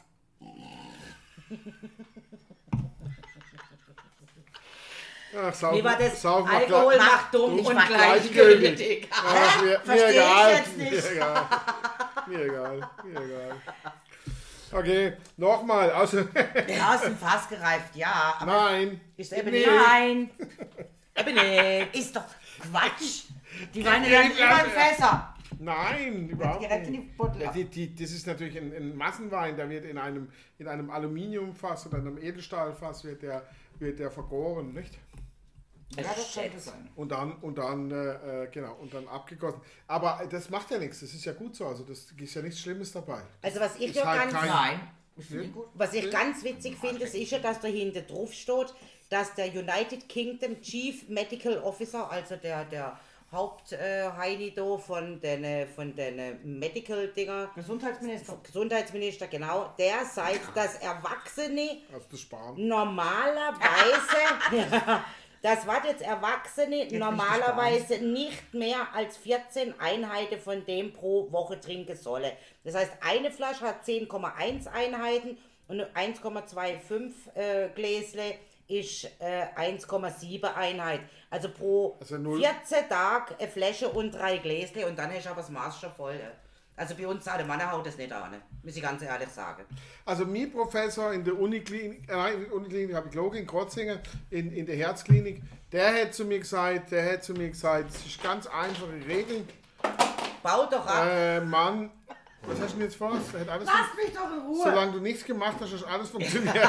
Ach, sauf, Wie war das? sauf mal Alkohol gleich- macht dumm dumm und macht gleichgültig. Ach, mir, mir Versteh ich egal. jetzt nicht. Mir egal. Mir egal. Mir egal. Okay, nochmal. Also, Ja, aus dem Fass gereift, ja. Aber nein. Ist eben Nee. nicht. nein, Eben nicht. ist doch Quatsch. Die Weine werden immer in Fässer. Nein, überhaupt direkt in nicht. die Bottle Ja, ab. die, die, das ist natürlich ein, ein Massenwein, der wird in einem, in einem Aluminiumfass oder einem Edelstahlfass wird der, wird der vergoren, nicht? Ja, das könnte sein. Und dann, und dann, äh, äh, genau, und dann abgegossen. Aber äh, das macht ja nichts, das ist ja gut so, also das ist ja nichts Schlimmes dabei. Also was ich Ist ja halt ganz... kein- Nein, ich finde ihn gut. Was ich ganz witzig finde, ist ja, dass da hinten drauf steht, dass der United Kingdom Chief Medical Officer, also der, der Hauptheini da von den, von den Medical-Dinger, Gesundheitsminister. Gesundheitsminister, genau, der sagt, dass Erwachsene Also das Sparen. normalerweise, ja, das war jetzt Erwachsene normalerweise nicht mehr als vierzehn Einheiten von dem pro Woche trinken sollen. Das heißt, eine Flasche hat zehn Komma eins Einheiten und eins Komma fünfundzwanzig äh, Gläsle ist äh, eins Komma sieben Einheit. Also pro Also null. vierzehn Tage eine Flasche und drei Gläsle und dann ist aber das Maß schon voll. Ja. Also bei uns alle Männer haut das nicht an, ne? Muss ich ganz ehrlich sagen. Also mein Professor in der Uniklinik, äh, nein, in der Uniklinik habe ich gelogen, in Krotzingen, in, in der Herzklinik, der hat zu mir gesagt, der hat zu mir gesagt, es ist ganz einfache Regeln. Bau doch ab. Äh, Mann, was hast du denn jetzt vor? Das hat alles Lass mich doch in Ruhe. Solange du nichts gemacht hast, hast alles funktioniert.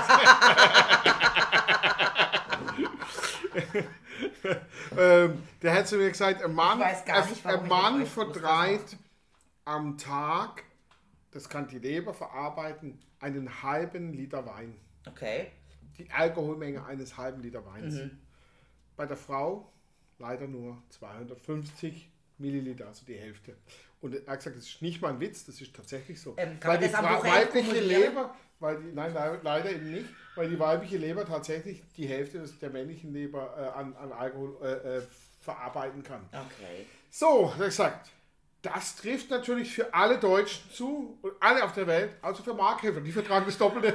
ähm, der hat zu mir gesagt, ein Mann, Ich weiß gar nicht, ein warum ich Mann das weiß, verdreht am Tag das kann die Leber verarbeiten, einen halben Liter Wein. Okay. Die Alkoholmenge eines halben Liter Weins. Mhm. Bei der Frau leider nur zweihundertfünfzig Milliliter, also die Hälfte. Und er hat gesagt, das ist nicht mal ein Witz, das ist tatsächlich so. Ähm, kann weil man die das am Fra- Wochenende weibliche kumulieren? Leber, weil die, nein, le- leider eben nicht, weil die weibliche Leber tatsächlich die Hälfte des, der männlichen Leber äh, an, an Alkohol äh, äh, verarbeiten kann. Okay. So, wie gesagt, das trifft natürlich für alle Deutschen zu und alle auf der Welt, also für Markhäfer, die vertragen das Doppelte.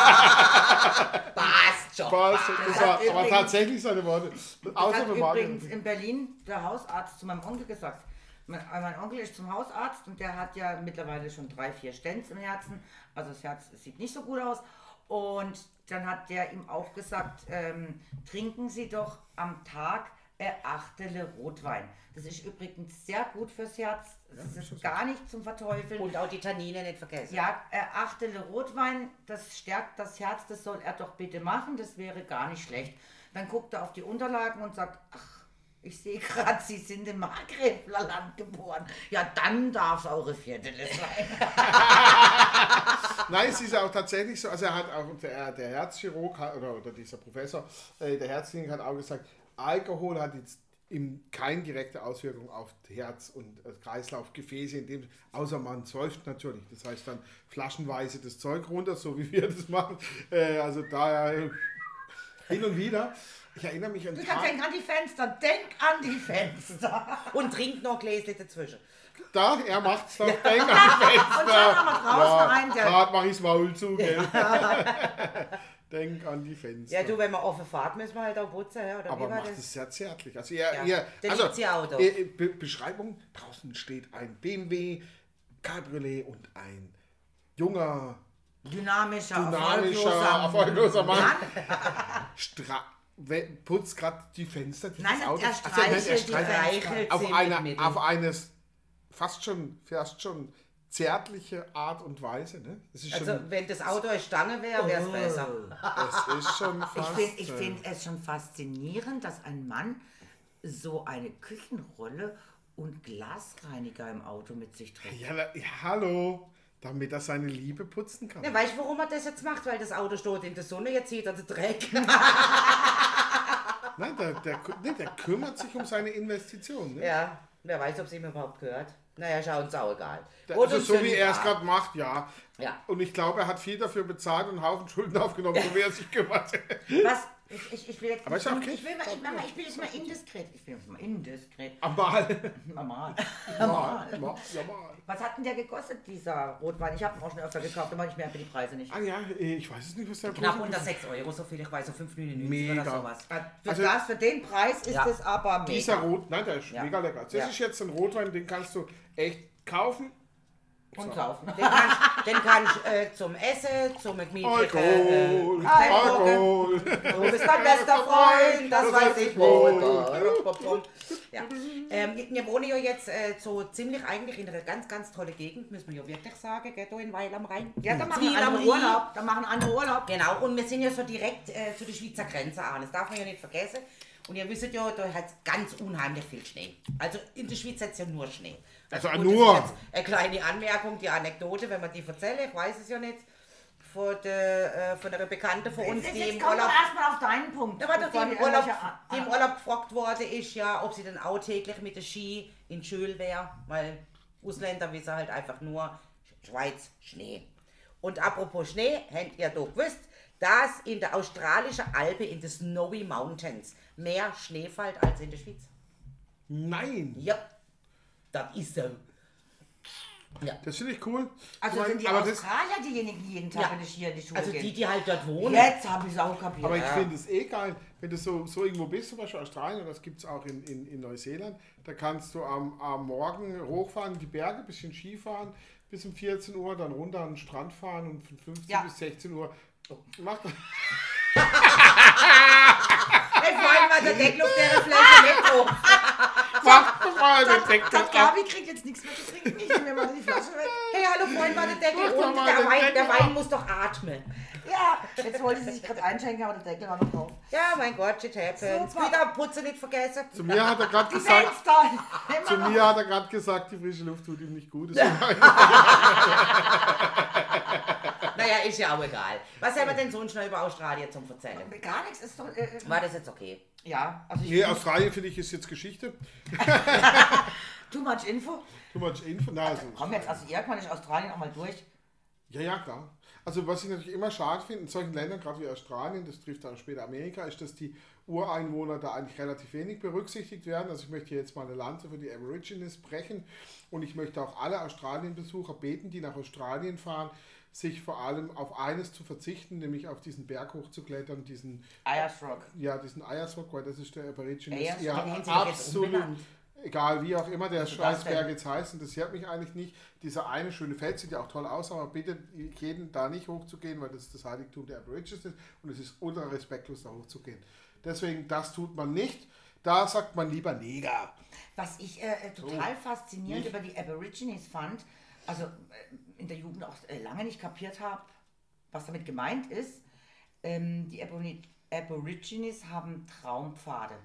Passt schon. Was, das war, hat aber übrigens- tatsächlich seine Worte. Das Außer hat für übrigens Markhäfer. in Berlin der Hausarzt zu meinem Onkel gesagt. Mein, mein Onkel ist zum Hausarzt und der hat ja mittlerweile schon drei, vier Stents im Herzen. Also das Herz sieht nicht so gut aus. Und dann hat der ihm auch gesagt, ähm, trinken Sie doch am Tag ein Achtel Rotwein. Das ist übrigens sehr gut fürs Herz. Das ist gar nicht zum Verteufeln. Und auch die Tannine nicht vergessen. Ja, äh, Achtel Rotwein, das stärkt das Herz, das soll er doch bitte machen, das wäre gar nicht schlecht. Dann guckt er auf die Unterlagen und sagt, ach, ich sehe gerade, Sie sind im Markgräflerland geboren. Ja, dann darf es eure Viertele sein. Nein, es ist auch tatsächlich so, also er hat auch, der, der Herzchirurg hat, oder, oder dieser Professor äh, der Herzklinik hat auch gesagt, Alkohol hat jetzt im, keine direkte Auswirkung auf Herz und äh, Kreislauf, Gefäße, in dem, außer man säuft natürlich. Das heißt dann flaschenweise das Zeug runter, so wie wir das machen. Äh, also da äh, hin und wieder. Ich erinnere mich an Du Tag, denk an die Fenster, denk an die Fenster. Und trinkt noch Gläschen dazwischen. da, er macht's doch, denk an die Fenster. Und schau mal draußen rein, der- Gerade mach ich's Maul zu, gell. Denk an die Fenster. Ja, du, wenn wir offen fahrt, müssen wir halt auch putzen, ja? Oder Aber wie war macht das? es sehr zärtlich. Also, ihr, Ja, ihr, dann also liegt's ja auch doch. äh, Be Beschreibung, draußen steht ein B M W Cabriolet und ein junger, Dynamischer, dynamischer, erfolgloser Mann Stra we- putzt gerade die Fenster dieses Nein, er Autos. Also, streichelt nein, die Streichelt auf, sie eine, mit Mittel. auf eines fast schon, fast schon zärtliche Art und Weise. Ne? Das ist Also, schon, wenn das Auto eine Stange wäre, wäre es besser. es ist schon Ich fast... finde ich äh, find es schon faszinierend, dass ein Mann so eine Küchenrolle und Glasreiniger im Auto mit sich trägt. ja, ja, hallo, damit er seine Liebe putzen kann. Ja, weißt du, warum er das jetzt macht? Weil das Auto steht in der Sonne, jetzt sieht er den Dreck. Nein, der, der, nee, der kümmert sich um seine Investition. Ne? Ja, wer weiß, ob es ihm überhaupt gehört. Naja, schau uns auch egal. Der, Gut also und so schön wie er es da. gerade macht, ja. Ja. Und ich glaube, er hat viel dafür bezahlt und einen Haufen Schulden aufgenommen, so wie er sich kümmert. Was? Ich, ich, ich will jetzt Aber ist ja okay. ich will mal, ich, Mama, ich will jetzt mal indiskret. Ich will jetzt mal indiskret. Amal. Normal. Mal, mal, mal. Was hat denn der gekostet, dieser Rotwein? Ich habe ihn auch schon öfter gekauft, aber ich merke die Preise nicht. Ah ja, ich weiß es nicht, was der Knapp kostet. unter sechs Euro, so viel ich weiß, so fünf neunundneunzig Mega. oder sowas. Für, Also- das, für den Preis ist Ja. es aber mega. Dieser Rot, nein, der ist Ja. mega lecker. Das Ja. ist jetzt ein Rotwein, den kannst du echt kaufen. Und saufen. Den kannst den kannst, äh, zum Essen, zum gemütlichen Alkohol, äh, Alkohol. Du bist mein bester Freund, das weiß ich wohl. Ja. Ähm, wir wohnen ja jetzt äh, so ziemlich eigentlich in einer ganz, ganz tollen Gegend, müssen wir ja wirklich sagen, gell, da in Weil am Rhein. Ja, da machen Zwil am andere Rhein. Urlaub. Da machen andere Urlaub. Genau, und wir sind ja so direkt äh, zu der Schweizer Grenze an. Das darf man ja nicht vergessen. Und ihr wisst ja, da hat es ganz unheimlich viel Schnee. Also in der Schweiz hat es ja nur Schnee. Also gut, nur. Das ist jetzt eine kleine Anmerkung, die Anekdote, wenn man die erzähle, ich weiß es ja nicht, von, der, äh, von einer Bekannten von uns, die Jetzt im komm doch Urlaub... erstmal auf deinen Punkt. Ja, warte, die bevor im, wir Urlaub, irgendwelche- ah, die im Urlaub gefragt worden ist, ja, ob sie dann auch täglich mit der Ski in Schül wäre, weil Ausländer wissen halt einfach nur, Schweiz, Schnee. Und apropos Schnee, habt ihr doch gewusst, dass in der australischen Alpe, in den Snowy Mountains, mehr Schnee fällt als in der Schweiz. Nein, Ja, das ist so. Ja. das finde ich cool. Also Ich mein, sind die aber das, Australier diejenigen, die jeden Tag Ja. in die Ski in die Schule Also gehen? die, die halt dort wohnen. Jetzt habe ich es auch kapiert. Aber ich Ja. finde es eh geil, wenn du so, so irgendwo bist, zum Beispiel Australien, und das gibt es auch in, in, in Neuseeland, da kannst du am, am Morgen hochfahren in die Berge, ein bisschen Skifahren, bis um vierzehn Uhr, dann runter an den Strand fahren und von fünfzehn Ja. bis sechzehn Uhr. Mach das. Hey, vorhin war der Deckel auf der Flasche nicht drauf. Mach das mal, den Deckel Das ab. Gabi kriegt jetzt nichts mehr zu trinken. Ich nehme mir mal die Flasche weg. Hey, hallo, vorhin war der Deckel Mach doch unten. mal Der den Wein, Deckel der ab. Wein muss doch atmen. Ja, jetzt wollte sie sich gerade einschenken, aber der Deckel war noch drauf. Ja, mein Gott, shit happens. Super. Wieder Putze nicht vergessen. Zu mir hat er gerade Die gesagt, Fenster! Immer zu noch. mir hat er gerade gesagt, die frische Luft tut ihm nicht gut. Deswegen Naja, ist ja auch egal. Was haben wir denn sonst noch über Australien zum Erzählen? Gar nichts ist doch... Äh, War das jetzt okay? ja, also ich... Nee, Australien finde ich ist jetzt Geschichte. Too much info. Too much info. Na, also, Komm jetzt, also irgendwann ist Australien auch mal durch. ja, ja, klar. Also was ich natürlich immer schade finde, in solchen Ländern, gerade wie Australien, das trifft dann später Amerika, ist, dass die Ureinwohner da eigentlich relativ wenig berücksichtigt werden. Also ich möchte hier jetzt mal eine Lanze für die Aborigines brechen und ich möchte auch alle Australien-Besucher beten, die nach Australien fahren, sich vor allem auf eines zu verzichten, nämlich auf diesen Berg hochzuklettern, diesen, Ayers Rock. ja, diesen Ayers Rock, weil das ist der Aborigines, Ayers, ja, den haben sie doch jetzt absolut, umbenannt. egal wie auch immer der Was ist das Scheißberg denn? jetzt heißt, interessiert mich eigentlich nicht. Dieser eine schöne Fels sieht ja auch toll aus, aber bitte jeden da nicht hochzugehen, weil das ist das Heiligtum der Aborigines ist und es ist ultra respektlos da hochzugehen. Deswegen, das tut man nicht. Da sagt man lieber Neger. Was ich äh, total faszinierend Nicht? über die Aborigines fand, also äh, in der Jugend auch äh, lange nicht kapiert habe, was damit gemeint ist, ähm, die Abori- Aborigines haben Traumpfade.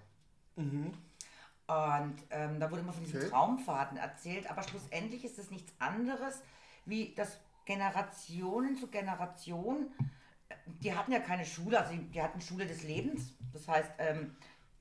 Und ähm, da wurde immer von diesen Okay. Traumpfaden erzählt, aber schlussendlich ist es nichts anderes, wie das Generationen zu Generation, äh, die hatten ja keine Schule, also die, die hatten Schule des Lebens. Das heißt, ähm,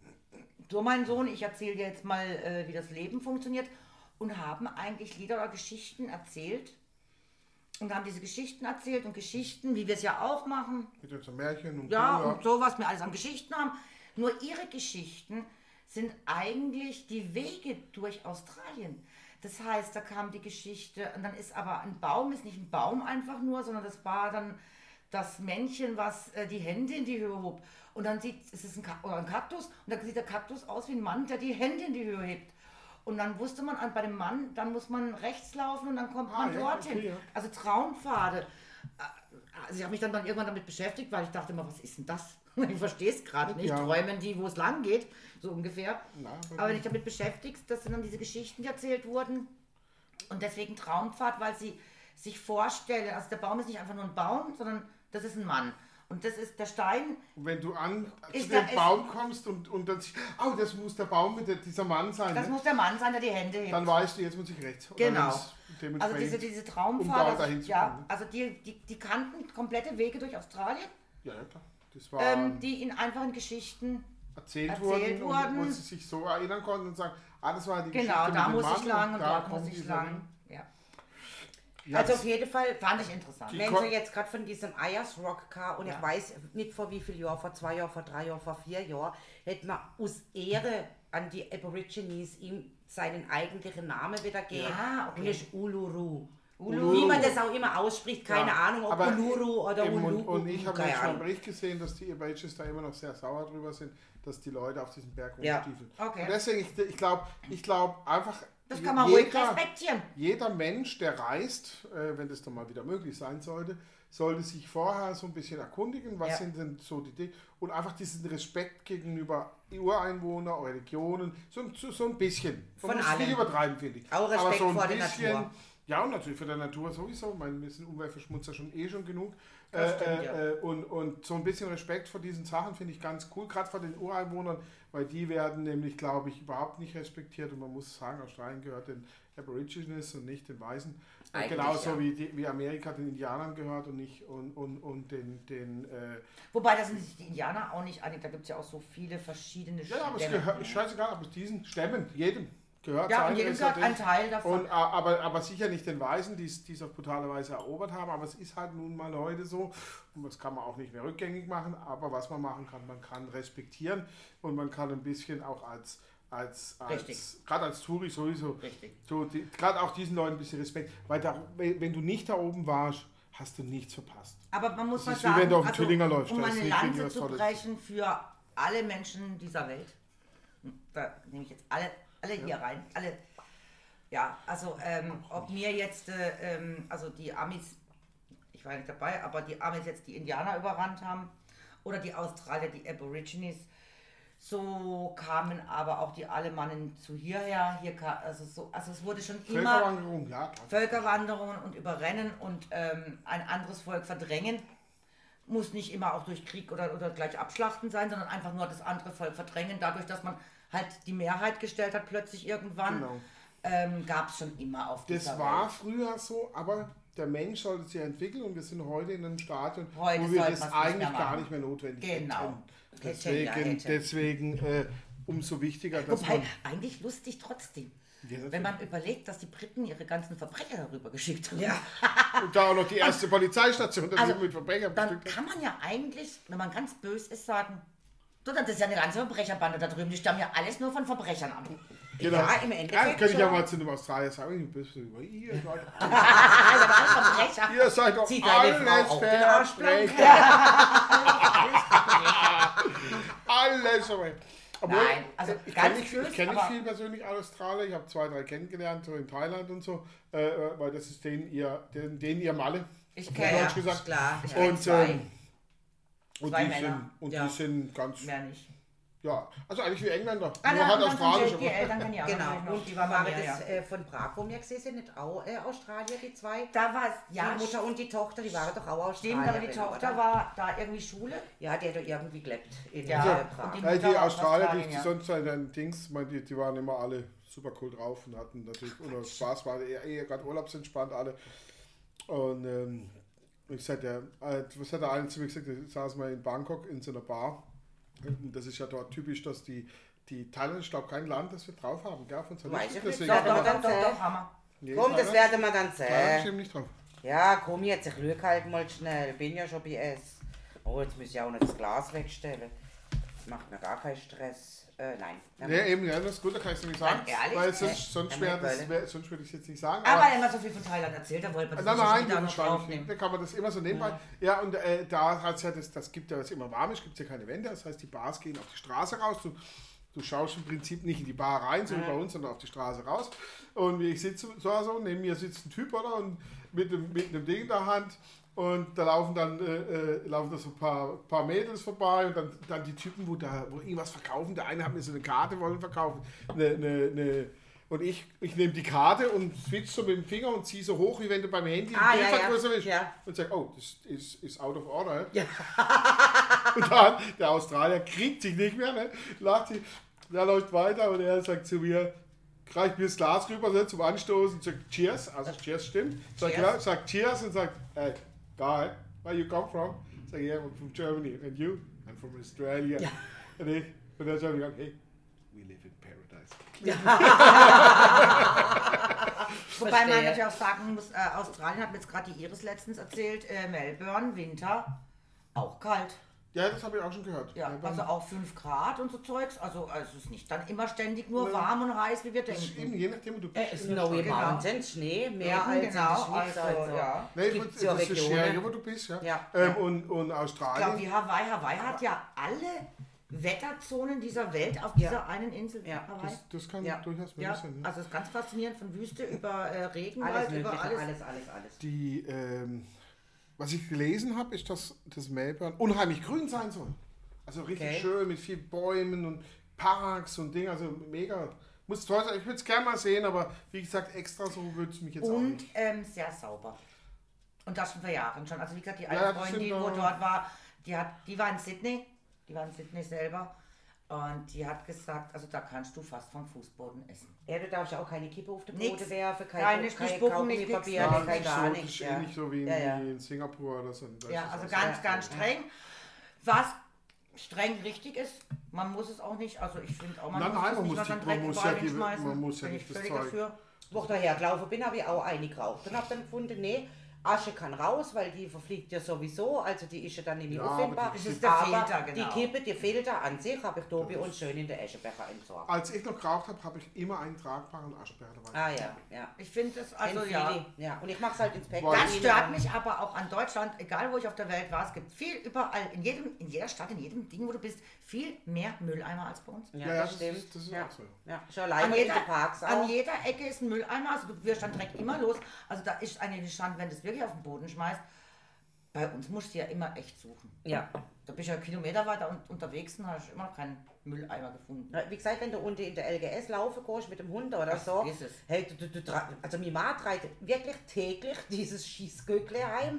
du mein Sohn, ich erzähle dir jetzt mal, äh, wie das Leben funktioniert, und haben eigentlich Lieder oder Geschichten erzählt und haben diese Geschichten erzählt und Geschichten, wie wir es ja auch machen, Mit unseren Märchen und ja, so, und so, was wir alles an Geschichten haben. Nur ihre Geschichten sind eigentlich die Wege durch Australien. Das heißt, da kam die Geschichte, und dann ist aber ein Baum, ist nicht ein Baum einfach nur, sondern das war dann das Männchen, was äh, die Hände in die Höhe hob. Und dann sieht es ist ein, Ka- oder ein Kaktus, und dann sieht der Kaktus aus wie ein Mann, der die Hände in die Höhe hebt. Und dann wusste man, an- bei dem Mann, dann muss man rechts laufen und dann kommt Ah, man ja, dorthin. okay, ja. Also Also Traumpfade. Also ich habe mich dann, dann irgendwann damit beschäftigt, weil ich dachte immer, was ist denn das? Ich verstehe es gerade nicht. Ja. Träumen die, wo es lang geht, so ungefähr. Na, aber- Aber wenn ich damit beschäftigt, das sind dann diese Geschichten, die erzählt wurden. Und deswegen Traumpfad, weil sie sich vorstellen, also der Baum ist nicht einfach nur ein Baum, sondern das ist ein Mann. Und das ist der Stein. Und wenn du an Ist zu da- dem ist- Baum kommst und, und dann siehst, oh, das muss der Baum mit der, dieser Mann sein, Das ne? muss der Mann sein, der die Hände hebt. Dann weißt du, jetzt muss ich rechts. oder Genau. links. Dementsprechend. Also diese, diese um da Traumpfad, also, dahin zu ja, kommen. also die, die, die kannten komplette Wege durch Australien, Ja, ja, klar. Das war ähm, die in einfachen Geschichten, erzählt, erzählt wurden, und wurden. wo sie sich so erinnern konnten und sagen, ah, das war die genau, Geschichte da mit dem muss Mann ich lang und da dort kommt muss ich dieser lang. Ring. Ja. Ja, Also das- auf jeden Fall fand ich interessant. Die Wenn kon- sie jetzt gerade von diesem Ayers Rock kam und Ja. ich weiß nicht vor wie vielen Jahren, vor zwei Jahren, vor drei Jahren, vor vier Jahren, hätte man aus Ehre an die Aborigines ihm seinen eigentlichen Namen wieder gegeben. Ja, okay. Und das ist Uluru. Uluru. Wie man das auch immer ausspricht, keine Ja, Ahnung, ob aber Uluru oder eben, Ulu. und, und ich habe keine jetzt schon einen Ahnung. Bericht gesehen, dass die Aborigines da immer noch sehr sauer drüber sind, dass die Leute auf diesen Berg Ja. hochstiefeln. Okay. Und deswegen, ich, ich glaube ich glaub einfach, Das kann man ruhig jeder, respektieren. jeder Mensch, der reist, äh, wenn das dann mal wieder möglich sein sollte, sollte sich vorher so ein bisschen erkundigen, was Ja. sind denn so die Dinge und einfach diesen Respekt gegenüber Ureinwohner, Religionen, so, so, so ein bisschen. Man Von muss es nicht allem. übertreiben, finde ich. Auch Respekt Aber so ein vor der bisschen, Natur. ja, und natürlich für der Natur sowieso. Ich meine, wir sind Umweltverschmutzer schon eh schon genug. Das Äh, stimmt, ja. äh, und, und so ein bisschen Respekt vor diesen Sachen finde ich ganz cool, gerade vor den Ureinwohnern, weil die werden nämlich, glaube ich, überhaupt nicht respektiert. Und man muss sagen, Australien gehört den Aborigines und nicht den Weißen. Und Eigentlich, genauso ja. wie, die, wie Amerika den Indianern gehört und nicht und, und, und den, den äh, Wobei, da sind sich die Indianer auch nicht einig. Da gibt es ja auch so viele verschiedene ja, aber es Stämme. gehört, ist scheißegal, aber diesen Stämmen, jedem gehört Ja, sein und jedem gehört Reservat. ein Teil davon. Und, äh, aber, aber sicher nicht den Weißen, die es die es auf brutale Weise erobert haben, aber es ist halt nun mal heute so und das kann man auch nicht mehr rückgängig machen, aber was man machen kann, man kann respektieren und man kann ein bisschen auch als, als, Richtig. als gerade als Touri sowieso, Richtig. so die, gerade auch diesen Leuten ein bisschen Respekt, weil da, wenn wenn du nicht da oben warst, hast du nichts verpasst. Aber man muss Das mal ist wie sagen, wenn du auf den also, Tüllinger läufst, um da ist eine nicht Lanze wirklich was zu Tolles. brechen für alle Menschen dieser Welt. Da nehme ich jetzt alle, alle hier rein. Alle. Ja, also ähm, ob mir jetzt, äh, ähm, also die Amis, ich war nicht dabei, aber die Amis jetzt die Indianer überrannt haben oder die Australier, die Aborigines, so kamen aber auch die Alemannen zu hierher. Hier kam, also, so, also es wurde schon immer Völkerwanderung, ja klar. Völkerwanderungen und Überrennen und ähm, ein anderes Volk verdrängen. muss nicht immer auch durch Krieg oder, oder gleich Abschlachten sein, sondern einfach nur das andere Volk verdrängen, dadurch, dass man halt die Mehrheit gestellt hat, plötzlich irgendwann, Genau. ähm, gab es schon immer auf dieser Das war Welt. früher so, aber der Mensch sollte sich entwickeln und wir sind heute in einem Stadion, Heute wo wir sollte das man's nicht eigentlich mehr gar machen. nicht mehr notwendig Genau. hätten. Hätten, Deswegen, ja, hätten. deswegen äh, umso wichtiger, dass Wobei, man... eigentlich lustig trotzdem. Ja, natürlich. Wenn man überlegt, dass die Briten ihre ganzen Verbrecher darüber geschickt haben. Ja. Und da auch noch die erste Polizeistation, Also, mit Verbrechern dann bestückt ist. kann man ja eigentlich, wenn man ganz böse ist, sagen, so, das ist ja eine ganze Verbrecherbande da drüben, die stammen ja alles nur von Verbrechern ab. Genau. Ja, im Ja, das Endeffekt könnte ich ja schon. mal zu einem Australier sagen, ich bin so über ihr seid, Also alles Verbrecher. ihr seid doch Zieht deine Frau alles auch den Arschblank? Verbrecher. Alles Verbrecher. Obwohl, Nein, also ich ganz kenne nicht, böse, ich kenn nicht aber- viel persönlich Australier. Ich habe zwei, drei kennengelernt, so in Thailand und so, äh, weil das ist denen ihr, denen, denen ihr Malle. Ich Ja, kenne ja, Deutsch gesagt. klar. Ich Ja. kenn Und, zwei. ähm, und, Zwei die Männer. sind, und Ja. die sind ganz, Mehr nicht. ja, also eigentlich wie Engländer. Ah, Nur na, halt und dann von australisch. Jake, die aber- Eltern kann ich auch Genau. noch, Und die waren bei waren mir, das ja. äh, von Prag, wo wir gesehen sind, nicht auch äh, Australier, die zwei? Da war es, ja, die Mutter und die Tochter, die waren doch auch Australier. stimmt, aber die Tochter war da irgendwie Schule. Ja, die hat doch irgendwie gelebt in Ja, äh, und Prag. die- Ja, die Mutter aus Australier, die, Australien, die ja. sonst halt dann Dings, man, die, die waren immer alle super cool drauf und hatten natürlich oder Spaß, waren eher, eher gerade urlaubsentspannt alle. Und ähm, ich sagte, äh, was hat der eine zu mir gesagt, da saß mal in Bangkok in so einer Bar. Und das ist ja dort typisch, dass die, die Thailand, ich glaube, kein Land, das wir drauf haben, gell, von so Weiß Liste. ich nicht. Deswegen Doch, kann doch, man- doch, doch, äh, doch, Hammer. Nee, Komm, das Thailand- werden wir dann Thailand sehen. steht nicht drauf. Ja, komm jetzt, ich lüge halt mal schnell. Bin ja schon bei S. Oh, jetzt muss ich auch noch das Glas wegstellen. Das macht mir gar keinen Stress. Äh, nein. Nee, eben, ja, das ist gut, da kann ich es nicht sagen. Ganz ehrlich? Weil Nee. sonst, sonst, Ja, wär mit das, Bälle. wär, sonst würde ich es jetzt nicht sagen. Aber weil er immer so viel von Thailand erzählt, da wollte man das Nein, nicht nein, wieder noch wahrscheinlich draufnehmen. nicht. Da kann man das immer so nebenbei. Ja, und äh, da hat es ja das, das gibt ja, was immer warm ist, gibt es ja keine Wände. Das heißt, die Bars gehen auf die Straße raus. Du, du schaust im Prinzip nicht in die Bar rein, so wie bei uns, sondern auf die Straße raus. Und ich sitze so, so, neben mir sitzt ein Typ, oder? Und mit einem, mit einem Ding in der Hand. Und da laufen dann, äh, äh, laufen da so ein paar, paar Mädels vorbei und dann, dann die Typen, wo da wo irgendwas verkaufen. Der eine hat mir so eine Karte wollen verkaufen. Eine, eine, eine, und ich, ich nehme die Karte und switch so mit dem Finger und ziehe so hoch, wie wenn du beim Handy Ah, ein ja, Bild ja. vergrößerst. Ja. Und sag, oh, das ist, ist out of order. Ja. Und dann, der Australier kriegt sich nicht mehr, ne? Lacht sich, der läuft weiter und er sagt zu mir, reicht mir das Glas rüber, ne, zum Anstoßen und sagt Cheers, also Cheers stimmt. Sag, Cheers. ja, sagt Cheers und sagt, hey, guy, where you come from? Sag, yeah, I'm from Germany. And you? I'm from Australia. Ja. Und ich, und dann sag ich, hey, we live in paradise. Wobei man Verstehe. natürlich auch sagen muss, äh, Australien hat mir jetzt gerade die Iris letztens erzählt, äh, Melbourne, Winter, auch kalt. Ja, das habe ich auch schon gehört. Ja, beim- also auch fünf Grad und so Zeugs. Also, also es ist nicht dann immer ständig nur Ja. warm und heiß, wie wir das ist eben, denken. je nachdem, wo du bist. Äh, in der Snowy Stadt. Genau. Mountains, Schnee, mehr Eben, als in der genau, Schweiz. also, Also, ja. Nee, Gibt's das ja ist Regionen. schwer, wo du bist, ja. Ja. Ähm, und, und Ich Australien. glaube, wie Hawaii. Hawaii hat ja alle Wetterzonen dieser Welt auf dieser einen Insel. Ja, Hawaii. das, das kann Ja. durchaus möglich Ja, sein. Ne? also es ist ganz faszinierend, von Wüste über äh, Regenwald, alles über mögliche, alles. alles, alles, alles. Die, ähm, was ich gelesen habe, ist, dass das Melbourne unheimlich grün sein soll. Also richtig Okay. schön mit vielen Bäumen und Parks und Dingen, also mega. Muss toll sein. Ich würde es gerne mal sehen, aber wie gesagt, extra so würde es mich jetzt auch Und nicht. ähm, sehr sauber. Und das schon vor Jahren schon. Also wie gesagt, die Ja, eine das Freundin, die sind, wo äh, dort war, die, hat, die war in Sydney. Die war in Sydney selber. Und die hat gesagt, also da kannst du fast vom Fußboden essen. Ja, du darfst ja auch keine Kippe auf den Nix. Boden werfen, kein, Nein, nicht kein spucken, nicht Kaugummipapier, nix. Ja, kein das ist gar so, das nichts. ist Ja. ähnlich so wie in, Ja, ja. wie in Singapur oder so. Das Ja, ist also auch ganz, so. ganz streng. Was streng richtig ist, man muss es auch nicht, also ich finde auch, man Nein, muss nein, es man nicht muss was die- an man Dreck muss überall ja die- hinschmeißen. man muss ja Bin nicht ich das völlig Zeug- dafür. Wo ich daher gelaufen bin, habe ich auch eine geraucht. Und habe dann gefunden, nee, Asche kann raus, weil die verfliegt ja sowieso, also die ist ja dann nicht mehr Ja, auffindbar. aber das ist der Aber Filter, genau. Die Kippe, die Filter an sich, habe ich da bei uns schön in der Eschebecher entsorgt. Als ich noch geraucht habe, habe ich immer einen tragbaren Aschenbecher dabei. Ah ja, ja. Ich finde das, also Kennen ja. viele. Ja. Und ich mache es halt ins Päckchen. Das rein. stört mich aber auch an Deutschland, egal wo ich auf der Welt war. Es gibt viel überall, in, jedem, in jeder Stadt, in jedem Ding, wo du bist, viel mehr Mülleimer als bei uns. Ja, Ja, ja, das das stimmt. ist- das ist ja. auch so. Ja, schon An alleine in jeder, den Parks auch. an jeder Ecke ist ein Mülleimer, also du wirst dann direkt immer los. Also da ist eine Schande, wenn du es wirklich auf den Boden schmeißt. Bei uns musst du ja immer echt suchen. Ja. Da bist du ja Kilometer weiter un unterwegs und hast immer noch keinen Mülleimer gefunden. Ja, wie gesagt, wenn du unten in der L G S laufen gehst mit dem Hund oder Ach, so, vergiss es. hey, du, du, du, tra- also meine Mann trägt wirklich täglich dieses Schießgöckle heim.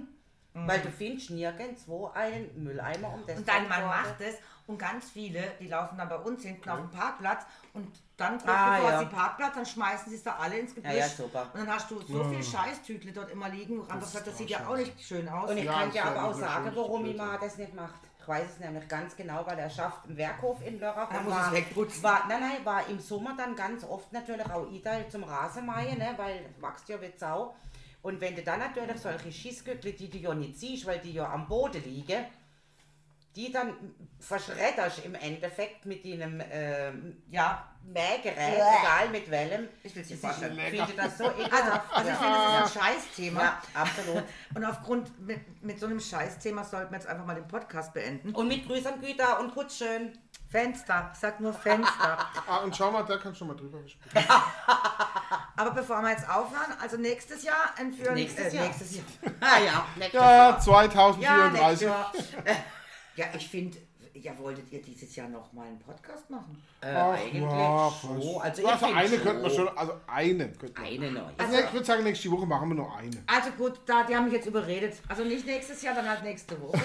Weil du findest nirgendwo einen Mülleimer, um das Und dein zu Mann entsorgen. macht es und ganz viele, die laufen dann bei uns hinten auf dem Parkplatz und dann kurz Ah, bevor ja. sie Parkplatz, dann schmeißen sie es da alle ins Gebüsch. Ja, ja, super. Und dann hast du so viel Scheißtütle dort immer liegen. Das, das sieht ja auch nicht schön aus. Und ich Ja, kann ist dir ja aber auch nicht mehr sagen, schön, warum das die Mama das nicht macht. Ich weiß es nämlich ganz genau, weil er schafft im Werkhof in Lörrach. Da und muss war, es wegputzen. War, nein, nein, war im Sommer dann ganz oft natürlich auch Idal zum Rasenmähen, ne, weil wächst ja wie Sau. Und wenn du dann natürlich solche Schissgöckle, die du ja nicht siehst, weil die ja am Boden liegen, die dann verschredderst im Endeffekt mit einem ähm, Ja, Mähgerät, Bäh. egal mit welchem. Ich will's nicht Ich vorstellen. finde das so ekelhaft. also, also ich finde, das ist ein Scheißthema. Ja, absolut. Und aufgrund, mit, mit so einem Scheißthema sollten wir jetzt einfach mal den Podcast beenden. Und mit Grüß am Güter und putz schön. Fenster, sag nur Fenster. Ah, und schau mal, da kannst du mal drüber wischen. Aber bevor wir jetzt aufhören, also nächstes Jahr entführen... Nächstes Jahr. Nächstes Jahr. Ah ja, nächstes Ja, Jahr. Ja, zweitausendvierunddreißig. nächstes Jahr. Ja, ich finde, ja, wolltet ihr dieses Jahr noch mal einen Podcast machen? Äh, Ach, eigentlich ja, schon. Also, Also ich find eine schon. könnten wir schon, also eine könnten wir. Eine neue. Also, ich würde sagen, nächste Woche machen wir noch eine. Also gut, da, die haben mich jetzt überredet. Also nicht nächstes Jahr, dann halt nächste Woche.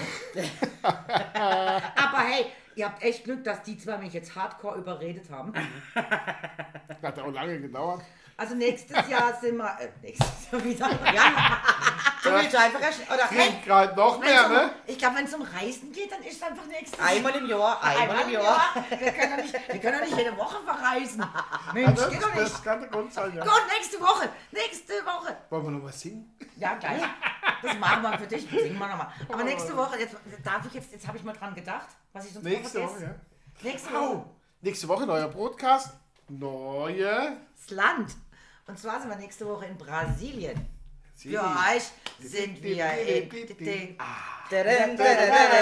Aber hey, ihr habt echt Glück, dass die zwei mich jetzt hardcore überredet haben. Hat auch lange gedauert. Also nächstes Jahr sind wir... Äh, nächstes Jahr wieder. Ja, du willst einfach erst, oder hey, Klingt gerade noch mehr, Wenn's um, ne? Ich glaube, wenn es um Reisen geht, dann ist es einfach nächstes Jahr. einmal im Jahr, einmal im Jahr. Wir können doch nicht, wir können doch nicht jede Woche verreisen. Mensch, Das, geht doch nicht. das kann der Grund sein, ja. Gut, nächste Woche. Nächste Woche. Wollen wir noch was singen? Ja, gleich. Das machen wir für dich. Singen wir nochmal. Aber nächste Woche, jetzt darf ich jetzt, jetzt habe ich mal dran gedacht, was ich sonst Nächste noch Woche, vergesse. ja. Nächste Woche. Oh, nächste Woche neuer Podcast. Neue. Das Land. Und zwar sind wir nächste Woche in Brasilien. Für euch sind wir in... Dadan, dadan,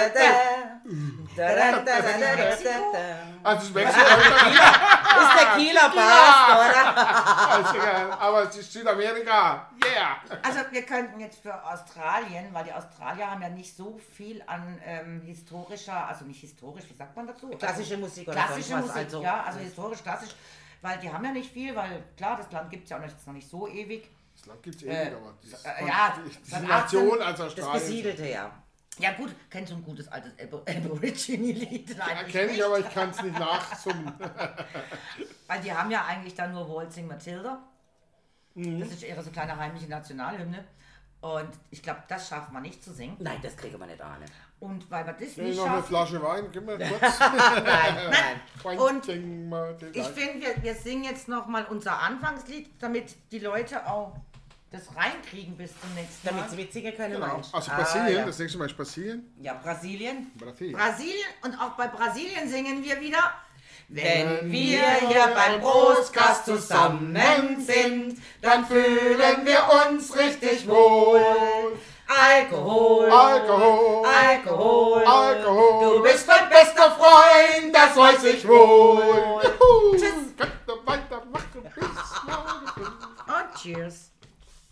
dadan, dadan, dadan, dadan. Also, es wechselt wieder. Ist der Kieler Bast, oder? Also, ja, aber es ist Südamerika. Yeah. Also wir könnten jetzt für Australien, weil die Australier haben ja nicht so viel an ähm, historischer, also nicht historisch, wie sagt man dazu? Klassische Musik oder Klassische sonst was, Musik, also. ja, also historisch, klassisch, weil die haben ja nicht viel, weil klar, das Land gibt es ja auch noch, jetzt noch nicht so ewig. Das Land gibt es eh Äh, nicht, aber die, äh, ja, die seit Nation als Das Australien. Besiedelte, ja. Ja gut, kennst du ein gutes altes Aborigine-Lied? Nein, ich Kenne ich, nicht. aber ich kann es nicht nachsummen. Weil die haben ja eigentlich dann nur Waltzing Matilda. Mhm. Das ist ihre so kleine heimliche Nationalhymne. Und ich glaube, das schaffen wir nicht zu singen. Nein, das kriegen wir nicht an. Und weil wir das Will nicht noch eine schaffen, Flasche Wein? Gib mir kurz. Nein, nein. Und Pointing mal den ich Wein. finde, wir, wir singen jetzt nochmal unser Anfangslied, damit die Leute auch das reinkriegen bis zum nächsten Mal. Damit sie mitsingen können, Genau. meinst du? Also Ah, Brasilien, ja. das nächste Mal ist Brasilien. Ja, Brasilien. Brasilien. Brasilien, und auch bei Brasilien singen wir wieder. Wenn wir hier beim Brustgast zusammen sind, dann fühlen wir uns richtig wohl. Alkohol, Alkohol, Alkohol, Alkohol. du bist mein bester Freund, das weiß ich wohl. Juhu. Könnt ihr weitermachen bis morgen. Und cheers.